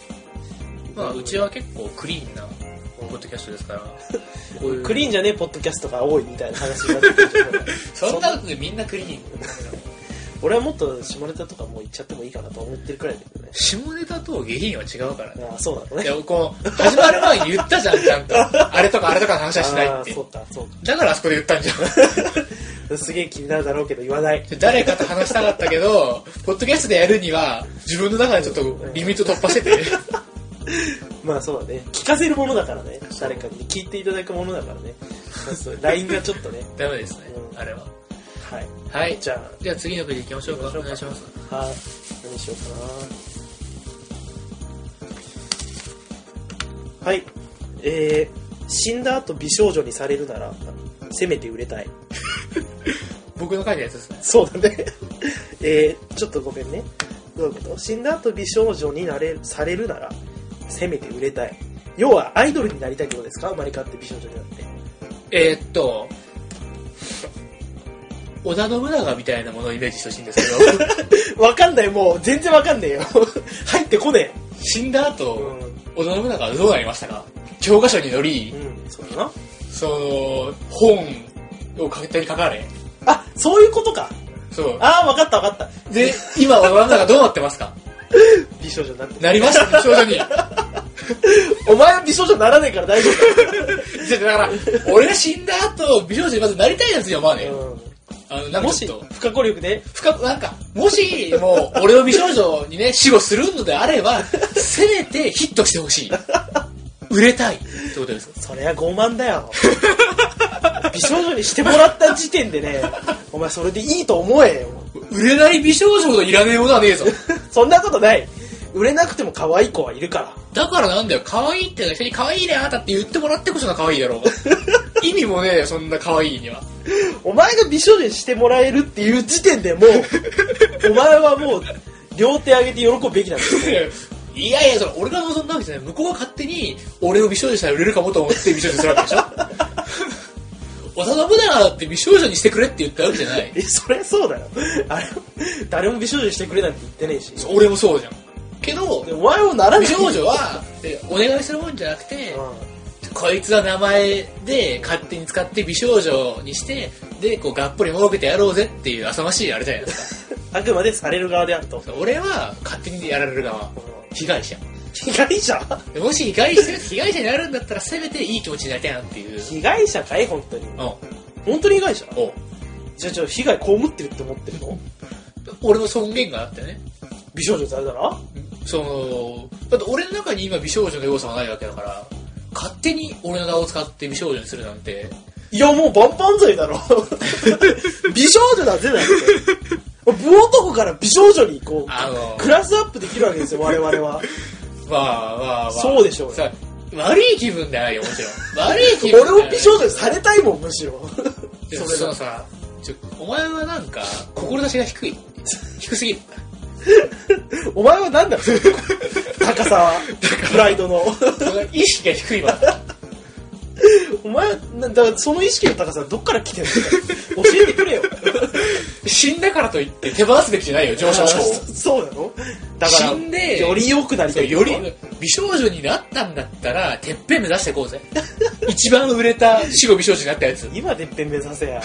まあうちは結構クリーンなポッドキャストですからこういうクリーンじゃねえポッドキャストが多いみたいな話になってくるじゃんそんなことでみんなクリーン俺はもっと下ネタとかもう言っちゃってもいいかなと思ってるくらいだけどね。 下ネタと下品は違うからね。 あ、そうなのね。 いや、こう始まる前に言ったじゃん、ちゃんとあれとかの話はしないって。 そうか。 だからあそこで言ったんじゃんすげえ気になるだろうけど言わない。 誰かと話したかったけどポッドキャストでやるには自分の中でちょっとリミット突破しててまあそうだね、聞かせるものだからね、誰かに聞いていただくものだからね。そう LINE がちょっとねダメですね、あれは。 はい、 はい、 じゃあ次のページ行きましょうか。お願いします。 はい、何しようかな。はい、死んだ後美少女にされるならせめて売れたい。 僕の書いたやつですね。 そうだね。ちょっとごめんね。どういうこと？死んだ後美少女にされるならせめて売れたい。要はアイドルになりたいってことですか？生まれ変わって美少女になって。 織田信長みたいなものをイメージしてほしいんですけど。わかんない、もう全然わかんねえよ。入ってこねえ。死んだ後、織田信長はどうなりましたか？教科書に載り、 そうだな。 その本を勝手に書かれ。 あ、そういうことか。 そう。 ああ、わかったわかった。 で、今織田信長どうなってますか？ 美少女になって。 なりました、美少女に。 お前は美少女にならねえから大丈夫だ。だから、俺が死んだ後、美少女にまずなりたいやつよ、まあね。なんかもし、不可抗力でなんか、もし、もう、俺を美少女にね、死後するのであれば、せめてヒットしてほしい。売れたい。ってことです。 それは傲慢だよ。美少女にしてもらった時点でね、お前それでいいと思えよ。 売れない美少女ほどいらねえものはねえぞ。 そんなことない。売れなくても可愛い子はいるから。 だからなんだよ、可愛いって人に可愛いねあなたって言ってもらってこそが可愛いだろう。意味もねえよ、そんな可愛いには。 お前が美少女にしてもらえるっていう時点でもう、お前はもう両手上げて喜ぶべきなんですよ。 いやいや、それ俺が望んだわけじゃない。向こうが勝手に俺を美少女にしたら売れるかもと思って美少女にするわけでしょ。織田信長だって美少女にしてくれって言ったわけじゃない。 そりゃそうだよ。あれ誰も美少女にしてくれなんて言ってねえし。 俺もそうじゃん。けどお前もならない。 美少女はお願いするもんじゃなくて、こいつは名前で勝手に使って美少女にしてでこうがっぽり儲けてやろうぜっていう浅ましいあれじゃないですか。 あくまでされる側であると。 俺は勝手にやられる側、被害者。 被害者？ もし被害者になるんだったらせめていい気持ちになりたいなっていう。 被害者かい本当に。本当に被害者？じゃあ被害被ってるって思ってるの？ 俺の尊厳があってね。 美少女されたら？ だって俺の中に今美少女の要素がないわけだから勝手に俺の名を使って美少女にするなんて。 いやもう万々歳だろ。美少女だぜだって。武男から美少女にこうクラスアップできるわけですよ我々は。 まあそうでしょうね。 悪い気分ではないよもちろん。悪い気分。 俺も美少女にされたいもんむしろ。 そのさ、お前はなんか志が低すぎる。 お前はなんだ高さはプライドの意識が低いわ。 お前だからその意識の高さはどっから来てるのか教えてくれよ。 死んだからといって手放すべきじゃないよ上昇症。 そうなの？だから死んでより良くなりたい。 より美少女になったんだったらてっぺん目指していこうぜ。一番売れた死後美少女になったやつ。 今てっぺん目指せや。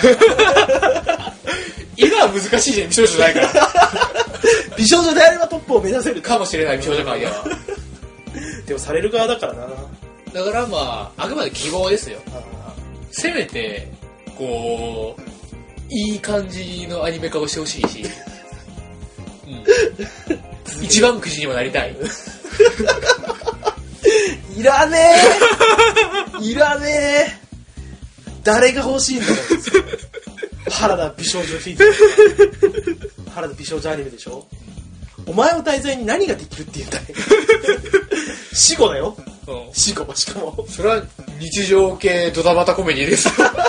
今は難しいじゃん美少女じゃないから。 美少女であればトップを目指せるかもしれない美少女界では。 でもされる側だからな。 だからまああくまで希望ですよ。せめてこういい感じのアニメ化をしてほしいし、一番くじにもなりたい。 いらねえいらねえ。誰が欲しいんだろう。原田美少女フィギュア。原田美少女アニメでしょ。お前を題材に何ができるって言うんだい。死後だよ。死後しかも。 それは日常系ドタバタコメディです。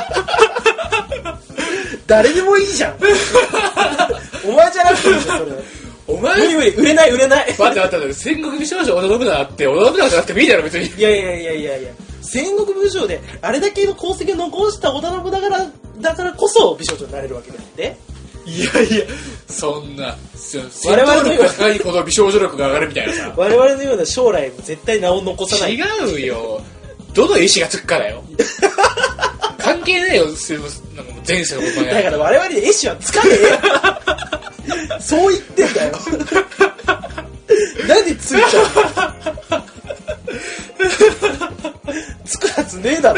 誰でもいいじゃん。お前じゃなくていいじゃんそれ。 お前無理売れない。 待って戦国美少女織田信長って織田信長じゃなくてもいいだろ別に。 いや戦国武将であれだけの功績を残した織田信長だからこそ美少女になれるわけだって。 いやそんな我々のような高いほど美少女力が上がるみたいなさ。 我々のような将来も絶対名を残さない。 違うよ。どの意志がつくかだよ。関係ないよ。なんか前世のことね。 だから我々に意志はつかねえよ。そう言ってんだよ。なんでついちゃう。つくやつねえだろ。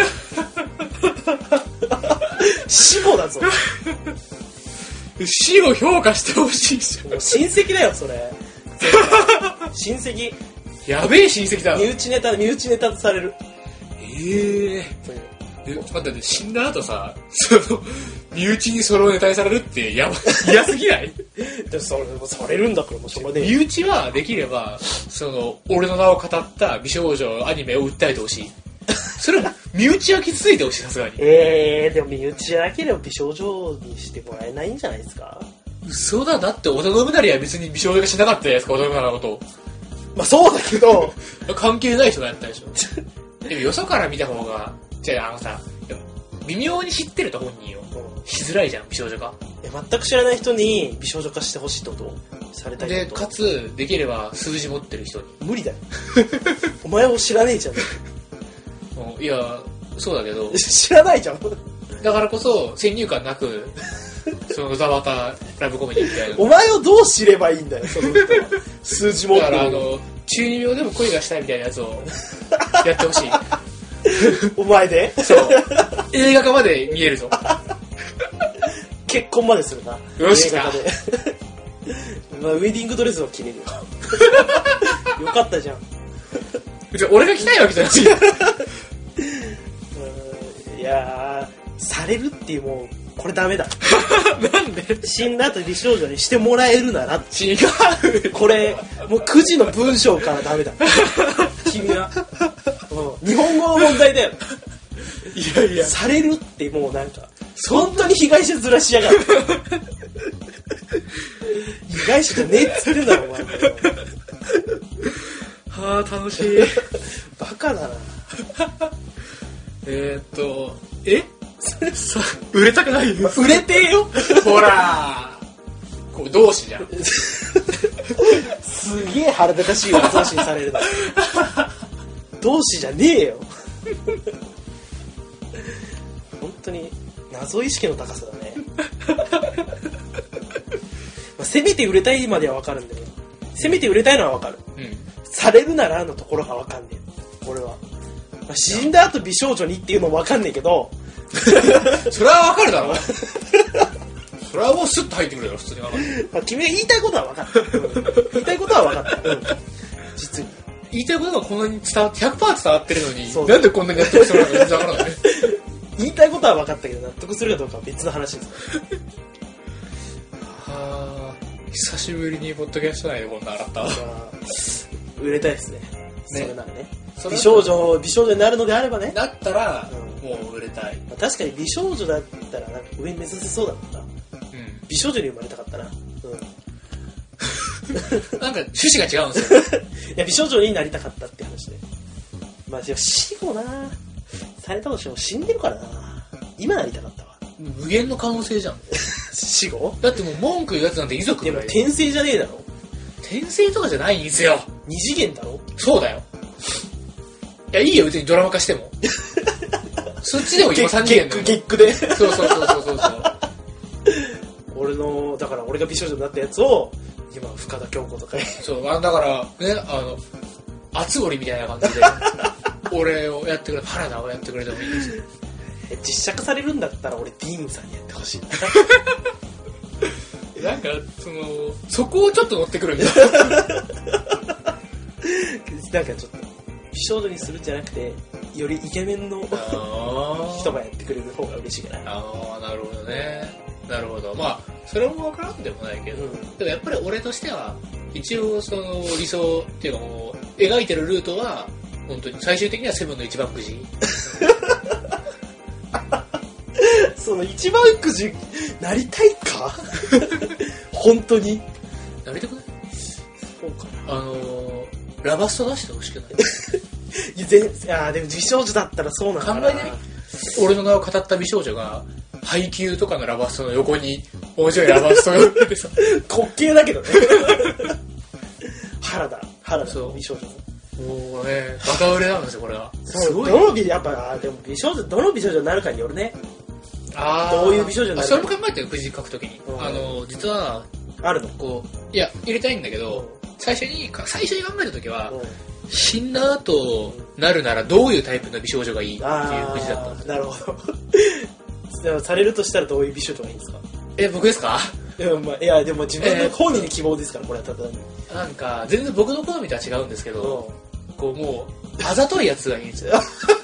死後だぞ。 死を評価してほしいじゃん。 親戚だよそれ。親戚やべえ親戚だわ。 身内ネタとされる。 待って、死んだ後さ、身内にそれをネタにされるって嫌すぎない？ でもされるんだからもうしょうがねえ。 身内はできれば、俺の名を語った美少女アニメを訴えてほしい。それは身内は傷ついてほしい、さすがに。 でも身内だけでも美少女にしてもらえないんじゃないですか？ 嘘だ、だって織田信成は別に美少女がしなかったじゃないですか、織田信長のこと。 まあそうだけど関係ない人がやったでしょ。でもよそから見た方が、微妙に知ってると本人を、しづらいじゃん、美少女化。 全く知らない人に美少女化してほしいってことされたいってで、 ことかつ、できれば数字持ってる人に。 無理だよ。お前を知らねえじゃん。 いや、そうだけど。 知らないじゃん。 だからこそ、先入観なく、うざわたラブコメディみたいな。 お前をどう知ればいいんだよ、その人は。数字持ってる。 だから中二病でも恋がしたいみたいなやつをやってほしい。 お前で？ そう。映画化まで見えるぞ。 結婚までするな。 よしか。 まあ、ウェディングドレスは着れるよ。よかったじゃん。 俺が着たいわけじゃない。 いやー、されるっていうもう、これダメだ。 なんで？ 死んだ後美少女にしてもらえるなら。 違う。 これ、もう9時の文章からダメだ。君は。日本語の問題だよ。 いやいや。 されるってもうなんか、本当に被害者ずらしやがる。被害者じゃねえっつってんだろ、お前。 はあ、楽しい。 バカだな。 さ、売れたくないよ。 売れてえよ。 ほらこう同志じゃん。 すげえ腹立たしいわ、同志にされるの。同志じゃねえよ。本当に謎意識の高さだね。せめて売れたいまでは分かるんだよ。せめて売れたいのは分かる。されるならのところが分かんねえ。俺は。死んだ後美少女にっていうのも分かんねえけど。 それは分かるだろ。それはもうスッと入ってくるよ、普通に分かる。 君が言いたいことは分かった。言いたいことは分かった。実に。 言いたいことがこんなに100% 伝わってるのに、なんでこんなに納得するのか全然分からない。 言いたいことは分かったけど納得するかどうかは別の話です。 はぁ、久しぶりにポッドキャスト内でこんな洗った。 売れたいですね。それならね。美少女になるのであればね。 だったら、もう売れたい。 確かに美少女だったらなんか上目指せそうだったな。美少女に生まれたかったな。 なんか趣旨が違うんですよ。 いや、美少女になりたかったって話で。まあ、死後な、されたとしても死んでるからな。今なりたかったわ。 無限の可能性じゃん。 死後？ だってもう文句言うやつなんて遺族ぐらい。 でも転生じゃねえだろ。 転生とかじゃないんですよ。 二次元だろ。 そうだよ。いや、いいよ、別にドラマ化しても。そっちでも今3次元だよ。 ゲックで。 そう。 だから俺が美少女になったやつを、今、深田恭子とか。 そう、だからね、熱護みたいな感じで、俺をやってくれ、原田をやってくれてもいいですよ。 実写化されるんだったら俺ディーンさんにやってほしい。 なんかそこをちょっと乗ってくるんだ。 なんかちょっと美少女にするんじゃなくて、よりイケメンの人がやってくれる方が嬉しいかな。 ああ、なるほどね。なるほど。まあそれも分からんでもないけど、でもやっぱり俺としては一応理想っていうかもう描いてるルートは本当に最終的にはセブンの一番くじ。 その一番くじなりたいか？本当になりたくない？ そうかな。 ラバスト出してほしくない？ いやでも美少女だったらそうなんだな。 考えてみ。俺の名を語った美少女が配給とかのラバストの横に面白いラバストが売っててさ。 滑稽だけどね。原田美少女。 もうね、バカ売れなんですよこれは。 すごい。やっぱでもどの美少女になるかによるね。どういう美少女になるか。 それも考えてる、くじ書くときに。実はあるの。 いや入れたいんだけど、最初に考えたときは。死んだ後なるならどういうタイプの美少女がいいっていうくじだったんです。 なるほど。されるとしたらどういう美少女がいいんですか？ 僕ですか？ いやでも自分の本人の希望ですから、これはただなんか全然僕の好みとは違うんですけど、こうもうあざといやつがいいんですよ。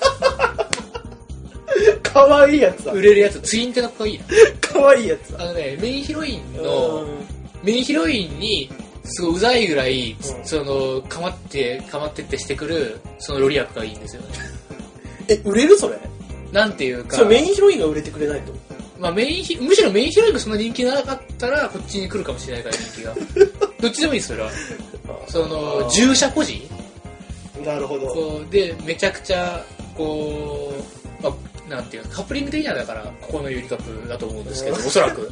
かわいいやつだ。 売れるやつ、ツインテの子がいいな。 かわいいやつだ。 メインヒロインにすごいうざいぐらい、かまってってしてくるそのロリ役がいいんですよね。 売れるそれ？ なんていうか、 それメインヒロインが売れてくれないと。 まあむしろメインヒロインがそんな人気なかったらこっちに来るかもしれないから、人気が。どっちでもいいですよ、それは。従者孤児。 なるほど。 こうでめちゃくちゃこう、まあ、なんていうカップリング的にはだからここのユリカップだと思うんですけど、おそらく。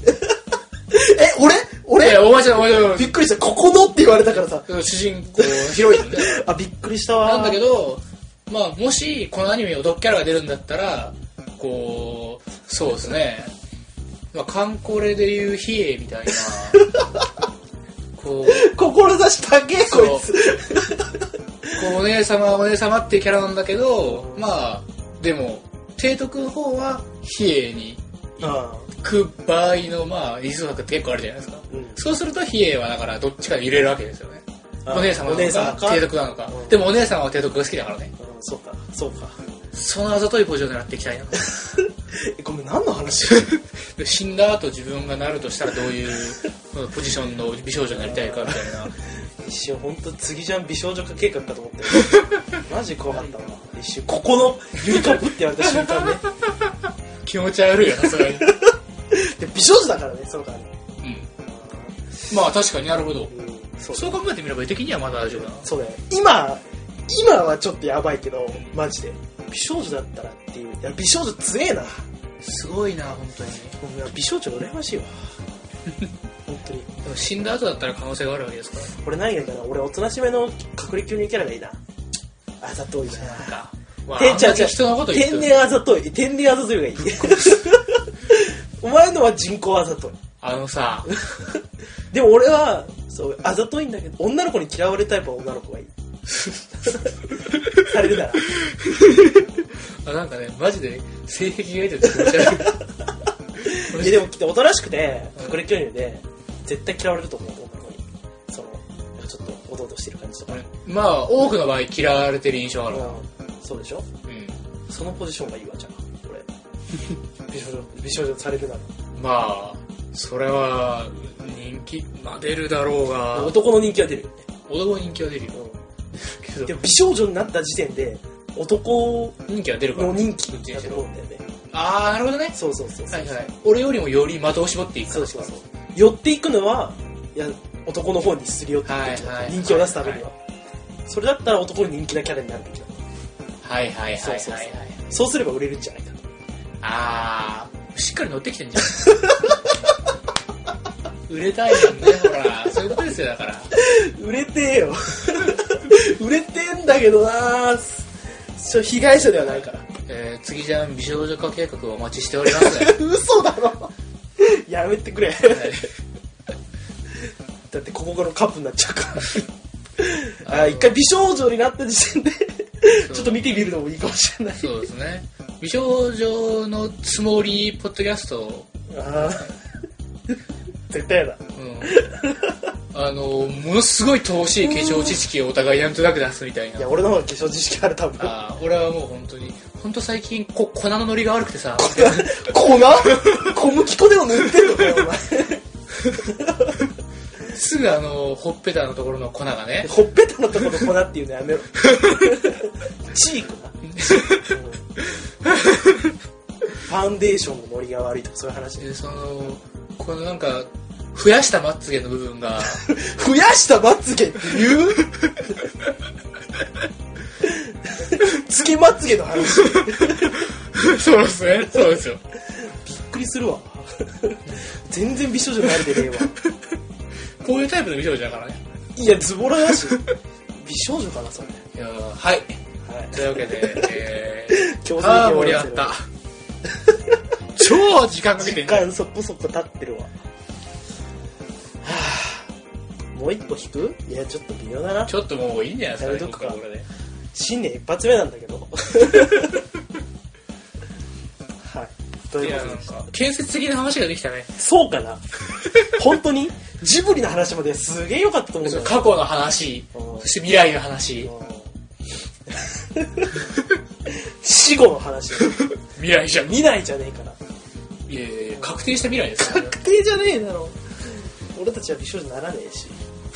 俺いやお前じゃびっくりした。ここのって言われたからさ。 主人公ヒロインね。 あ、びっくりしたわ。 なんだけど、まあもしこのアニメに男キャラが出るんだったら、こうそうですね。まあカンコレでいう比叡みたいな。こう志高えこいつ。 こうお姉様っていうキャラなんだけど、まあでも提督の方は比叡に行く場合のまあ理想策って結構あるじゃないですか。そうすると比叡はだからどっちかで入れるわけですよね。お姉様なのか提督なのか。でもお姉様は提督が好きだからね。 そうか。 そのあざといポジを狙っていきたいな。 ごめん、何の話？ 死んだ後自分がなるとしたらどういうポジションの美少女になりたいかみたいな。 一瞬本当次じゃん美少女化計画かと思ってマジ怖かったわ。一瞬ここのユリカップって言われた瞬間ね。 気持ち悪いよな、それ。で美少女だからね、そうかね。 まあ確かになるほど。そう考えてみれば絵的にはまだ大丈夫だな。 そうだよ。今はちょっとやばいけど、マジで美少女だったらっていう。いや美少女強えな。 すごいな、本当に。 美少女羨ましいわ。本当に。 でも死んだ後だったら可能性があるわけですから。 俺何がいいかな。俺おとなしめの隠れ級人キャラがいいな。あざといな。 人のこと言って天然あざといがいい。お前のは人工あざとい。 さでも俺はそうあざといんだけど、女の子に嫌われタイプは女の子がいい。されるなら。 なんかね、マジで性癖がいいって気持ち悪い。 でもきっとおとなしくて隠れ巨乳で絶対嫌われると思う、女の子に。ちょっとおどおどしてる感じとか。 まあ多くの場合嫌われてる印象ある。 そうでしょ。そのポジションがいいわ。じゃあ俺美少女されるなら。 まあそれは人気出るだろうが。 男の人気は出るよね。 男の人気は出るよ。 でも美少女になった時点で男人気は出るから。 の人気だと思うんだよね。 ああ、なるほどね。 そう。 はいはい。俺よりもより的を絞っていくから。 そう。寄っていくのは、男の方にすり寄っていくべきだ。人気を出すためには。それだったら男に人気なキャラになるべきだ。 はい。 そうすれば売れるんじゃないかと。 しっかり乗ってきてんじゃん。売れたいもんね、ほら。そういうことですよ、だから。 売れてえよ。売れてんだけどな。被害者ではないから。 次じゃん美少女化計画をお待ちしておりますね。 嘘だろ。やめてくれ。だってここからカップになっちゃうから。一回美少女になった時点でちょっと見てみるのもいいかもしれない。 そうですね。美少女のつもりポッドキャスト。 絶対やだ。 ものすごい遠しい化粧知識をお互いなんとなく出すみたいな。 いや、俺の方が化粧知識ある、多分。 俺はもう本当最近粉のノリが悪くてさ。 粉小麦粉でも塗ってるのかよ、お前。 すぐほっぺたのところの粉がね。 ほっぺたのところの粉っていうのやめろ。チークな。ファンデーションのノリが悪いとかそういう話で。 このなんか増やしたまつげの部分が増やしたまつげって言う？つけまつげの話。 そうですね。そうですよ。 びっくりするわ。全然美少女になれてねえわ。 こういうタイプの美少女だからね。 いや、ズボラだし。美少女かな、それ。 いや、はい。というわけで、盛り上がった。超時間かけてんじゃん。 時間そこそこ経ってるわ。もう一個引く？いや、ちょっと微妙だな。 ちょっともういいんじゃないですかね。 やめとくか。 これで新年一発目なんだけど。はい。 どういや、 いうことですか。 なんか、建設的な話ができたね。 そうかな本当にジブリの話まですげえ良かったと思うんだよ。 過去の話、そして未来の話、 死後の話。 未来じゃん。 未来じゃねえから。 いやいやいや、確定した未来ですよ、ね。 確定じゃねえだろ。俺たちは美少女にならねえし。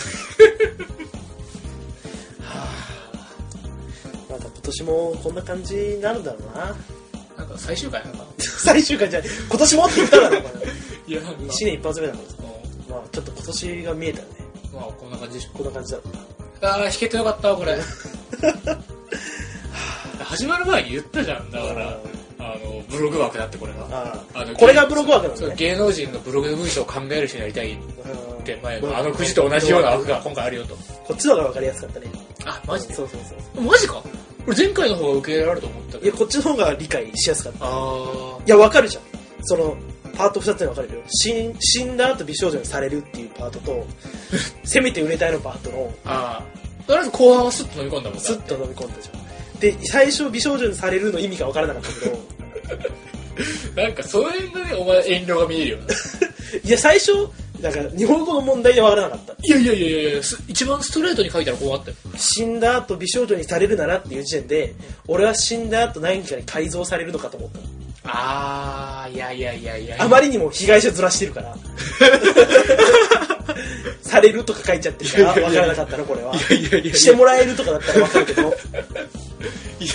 はぁ。なんか今年もこんな感じになるんだろうな。 なんか最終回なんか。 最終回じゃない。今年もって言ったらな。 いや、なんか。 1年一発目だからさ。まあちょっと今年が見えたよね。 まあこんな感じでしょ。 こんな感じだろうな。ああ、弾けてよかったわ、これ。始まる前に言ったじゃん。だから、ブログ枠だってこれが。 これがブログ枠なのね。 芸能人のブログの文章を考える人になりたいって前のくじと同じような枠が今回あるよと。 こっちの方が分かりやすかったね。 あ、マジで？ そう。 マジか？俺前回の方が受け入れられると思ったけど。 いや、こっちの方が理解しやすかった。 いや、分かるじゃん。その、パート2つに分かるけど、死んだ後美少女にされるっていうパートと、せめて売れたいのパートの、 とりあえず後半はスッと飲み込んだもん。 スッと飲み込んだじゃん。で、最初美少女にされるの意味が分からなかったけど、 なんかその辺がね、お前遠慮が見えるよね。 いや、最初、だから日本語の問題で分からなかった。 いや、一番ストレートに書いたらこうあったよ。 死んだ後美少女にされるならっていう時点で、俺は死んだ後何かに改造されるのかと思った。 いや。 あまりにも被害者ずらしてるから。されるとか書いちゃってるから分からなかったの、これは。してもらえるとかだったら分かるけど。 い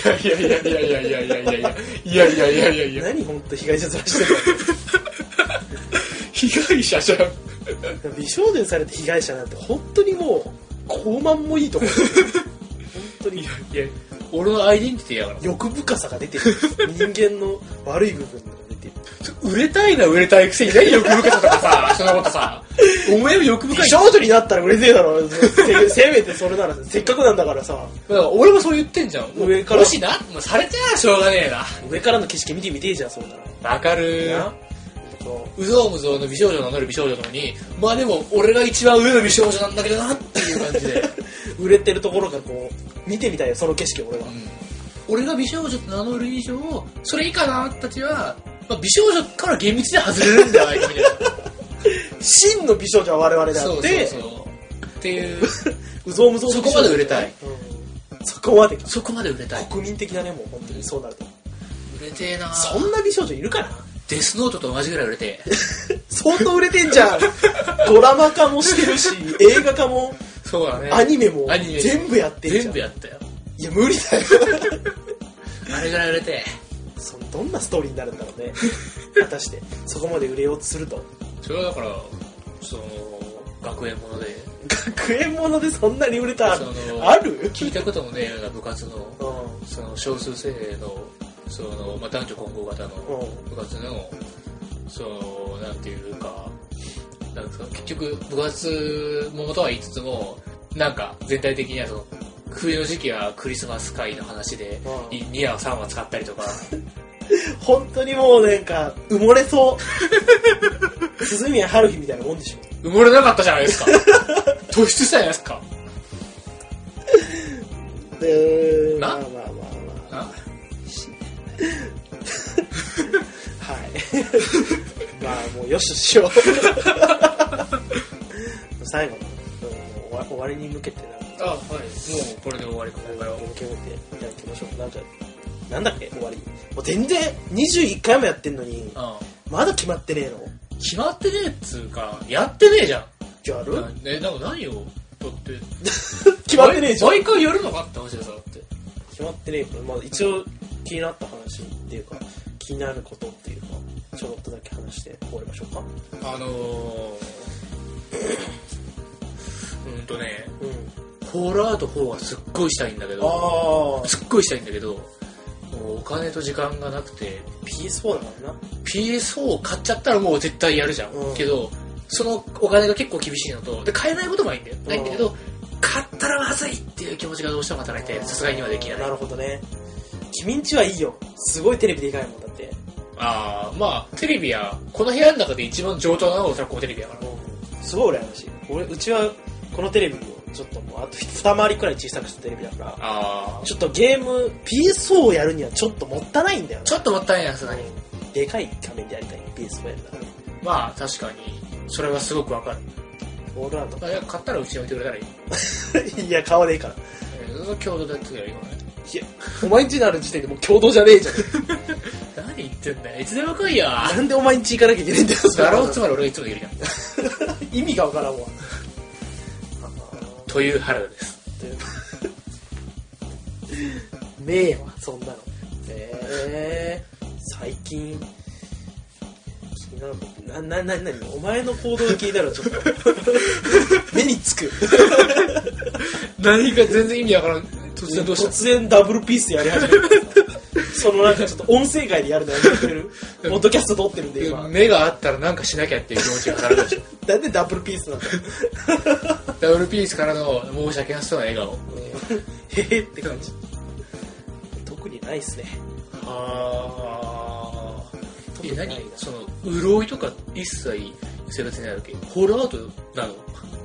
や。 何本当被害者ずらしてるの。 被害者じゃん。 美少女にされて被害者なんて本当にもう高慢もいいと思う。本当に。 いや、俺のアイデンティティやから。 欲深さが出てる。人間の悪い部分が出てる。 売れたいくせに何欲深さとかさ、そんなことさ。お前も欲深い。 美少女になったら売れてえだろ。せめてそれならせっかくなんだからさ。 だから俺もそう言ってんじゃん。 上から。 もしな、もうされてなしょうがねえな。 上からの景色見てみてえじゃん、そうなら。 わかるな。 うぞうむぞうの美少女を名乗る美少女なのに、まあでも俺が一番上の美少女なんだけどなっていう感じで。 売れてるところがこう、見てみたいよ、その景色を俺は。 俺が美少女と名乗る以上、それ以下のあなたたちは、まあ、美少女から厳密で外れるんじゃないかみたいな。 真の美少女は我々であって、 そうっていう、 うぞうむぞうそこまで売れたい。 そこまで売れたい。 国民的だね、もう本当にそうなると。 売れてえな。 そんな美少女いるかな。 デスノートと同じぐらい売れて相当売れてんじゃん。ドラマ化もしてるし、映画化も、 そうだね。 アニメも全部やってるじゃん。 全部やったよ。 いや無理だよ。 あれぐらい売れてどんなストーリーになるんだろうね。果たしてそこまで売れようとすると。 それはだからその学園ものでそんなに売れたある？ 聞いたこともねえような部活の、その少数精鋭のその、まあ、男女混合型の部活の、そのなんていうか、なんですか、結局部活ものとは言いつつもなんか全体的にはその冬の時期はクリスマス会の話で2話3話使ったりとか。 本当にもうなんか埋もれそう。鈴宮春日みたいなもんでしょ。 埋もれなかったじゃないですか。突出したじゃないですか。 まあはい。まあもうよしとしよう。最後の終わりに向けてはい。もうこれで終わりか。今回は向けていただきましょう。なんだっけ終わり。もう全然21回もやってんのに、まだ決まってねえの？ 決まってねえっつうか、やってねえじゃん。 じゃあやる？ なんか何をだって決まってねえじゃん。 毎回やるのかって話でさ、だって決まってねえから、まあ一応気になった話っていうか、気になることっていうか、ちょろっとだけ話して終わりましょうか。 フォールアウト4はすっごいしたいんだけど、もうお金と時間がなくて、 PS4 だからな。 PS4 を買っちゃったらもう絶対やるじゃん、けどそのお金が結構厳しいのと、で買えないこともないんだよ、ないんだけど、買ったらまずいっていう気持ちがどうしても働いて、さすがにはできない。 なるほどね。君んちはいいよ、すごいテレビでかいもんだって。 まあテレビはこの部屋の中で一番上等なのがおそらくこのテレビやから、 すごい羨ましい。うちはこのテレビをちょっともうあと二回りくらい小さくしたテレビだから、ちょっとゲーム PS4 をやるにはちょっともったいないんだよね。 ちょっともったいない、さすがに。 でかい画面でやりたい PS4 やるならね。 まあ確かにそれはすごくわかる。 オールアウト。 いや買ったらうちに置いてくれたらいい。 いや、買わねえから。 共同でやってくればいいからね。 いや、お前ん家にある時点でもう共同じゃねえじゃん。 何言ってんだよ。いつでも来いよ。 なんでお前ん家行かなきゃいけないんだよ。 だろう、つまり俺がいつもできるじゃん。 意味がわからんわ。 という原田です。 ねえわ、そんなの。最近気になることお前の行動が気になるちょっと目につく。 何か全然意味わからん。突然どうした？ 突然ダブルピースやり始める。そのなんかちょっと音声外でやるのやめてくれる？ポッドキャスト撮ってるんで今。 目があったらなんかしなきゃっていう気持ちが働くでしょ。 なんでダブルピースなんだよ。 ダブルピースからの申し訳なさそうな笑顔。 へへって感じ。特にないっすね。 はあ。何その潤いとか一切生活にないわけ？ホールアウトなの？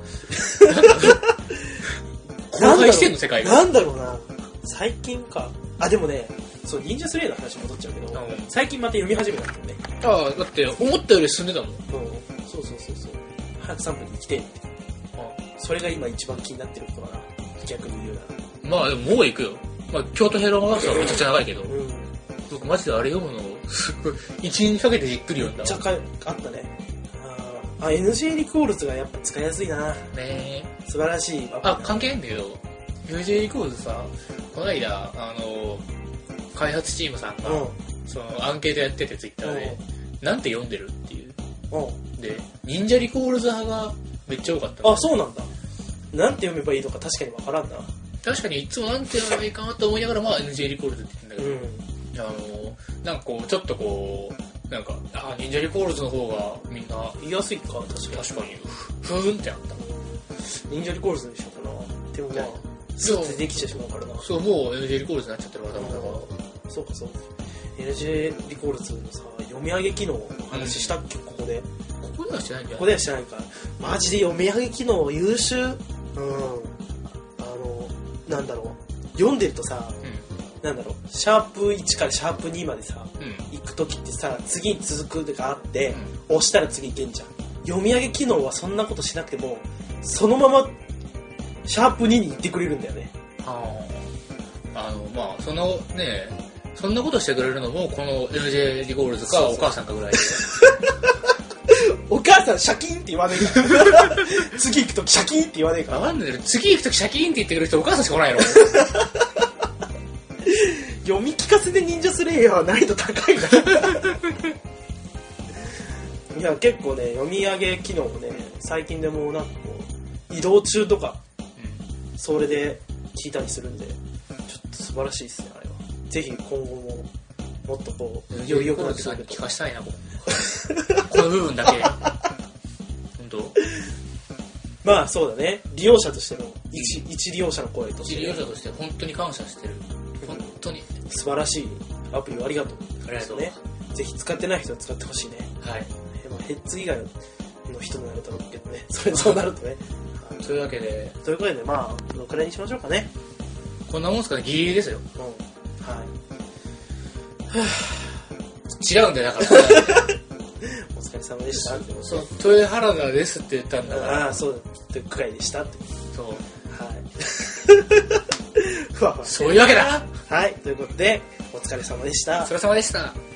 荒廃してんの世界が。 なんだろうな。最近か。あ、でもね、そう忍者スレイの話戻っちゃうけど、最近また読み始めたんだよね。 ああ、だって思ったより進んでたもん。 そう。早く3分に来てって。それが今一番気になってることかな。逆に言うなら。 まあでももう行くよ。まあ京都ヘロンワークスはめちゃくちゃ長いけど、僕マジであれ読むのすごい1日かけてじっくり読んだ。 めっちゃあったね。NJ リコールズがやっぱ使いやすいな。 ね。 素晴らしい。 関係ないんだけど NJ リコールズさ、この間開発チームさんが、そのアンケートやっててツイッターで、なんて読んでるっていう、で忍者リコールズ派がめっちゃ多かった。 あ、そうなんだ。なんて読めばいいのか確かに分からんな。 確かにいつもなんて読めばいいかなと思いながら、まあ NJ リコールズって言ってんだけど、なんかこうちょっとこうなんか忍者リコールズの方がみんな言いやすいか。確かにふーんってなった。 忍者リコールズにしようかな。でもまあスッてできてしまうからな。 そう、もう NJ リコールズになっちゃってるからだから。 そうか。NJ リコールズのさ、読み上げ機能の話したっけ、ここで。 ここではしてないんじゃない？ ここではしてないか。マジで読み上げ機能優秀。なんだろう。読んでるとさ、なんだろう、シャープ1からシャープ2までさ、行くときってさ、次に続くがあって、押したら次いけんじゃん。読み上げ機能はそんなことしなくても、そのままシャープ2に行ってくれるんだよね。 まあそのね、そんなことしてくれるのもこの NJ リコールズかお母さんかぐらいで。 お母さんシャキーンって言わねえから次行くときシャキーンって言わねえから。 なんで次行くときシャキーンって言ってくる人お母さんしか来ないの。 読み聞かせで忍者スレイヤーは難易度高いな。いや結構ね、読み上げ機能もね、最近でもなんかこう移動中とか、それで聞いたりするんで、ちょっと素晴らしいですね、あれは。ぜひ今後ももっとこうより良くなってくると。 聞かしたいな、この部分だけ。本当。 まあそうだね。利用者としての一利用者の声として、 利用者として本当に感謝してる。本当に素晴らしいアプリをありがとう。 ありがとうね。ぜひ使ってない人は使ってほしいね。 はい。 まあ、ヘッズ以外の人になると思うけどね。そうなるとね。 というわけで。 ということでまあどのくらいにしましょうかね。 こんなもんすかね。ギリギリですよ。 はい。 違うんだよだから。 お疲れ様でしたって。 そう、豊原田ですって言ったんだから。 ああ、そうだ。くらいでしたって。 そう。 はい。 そういうわけだ。 はい。ということでお疲れ様でした。 お疲れ様でした。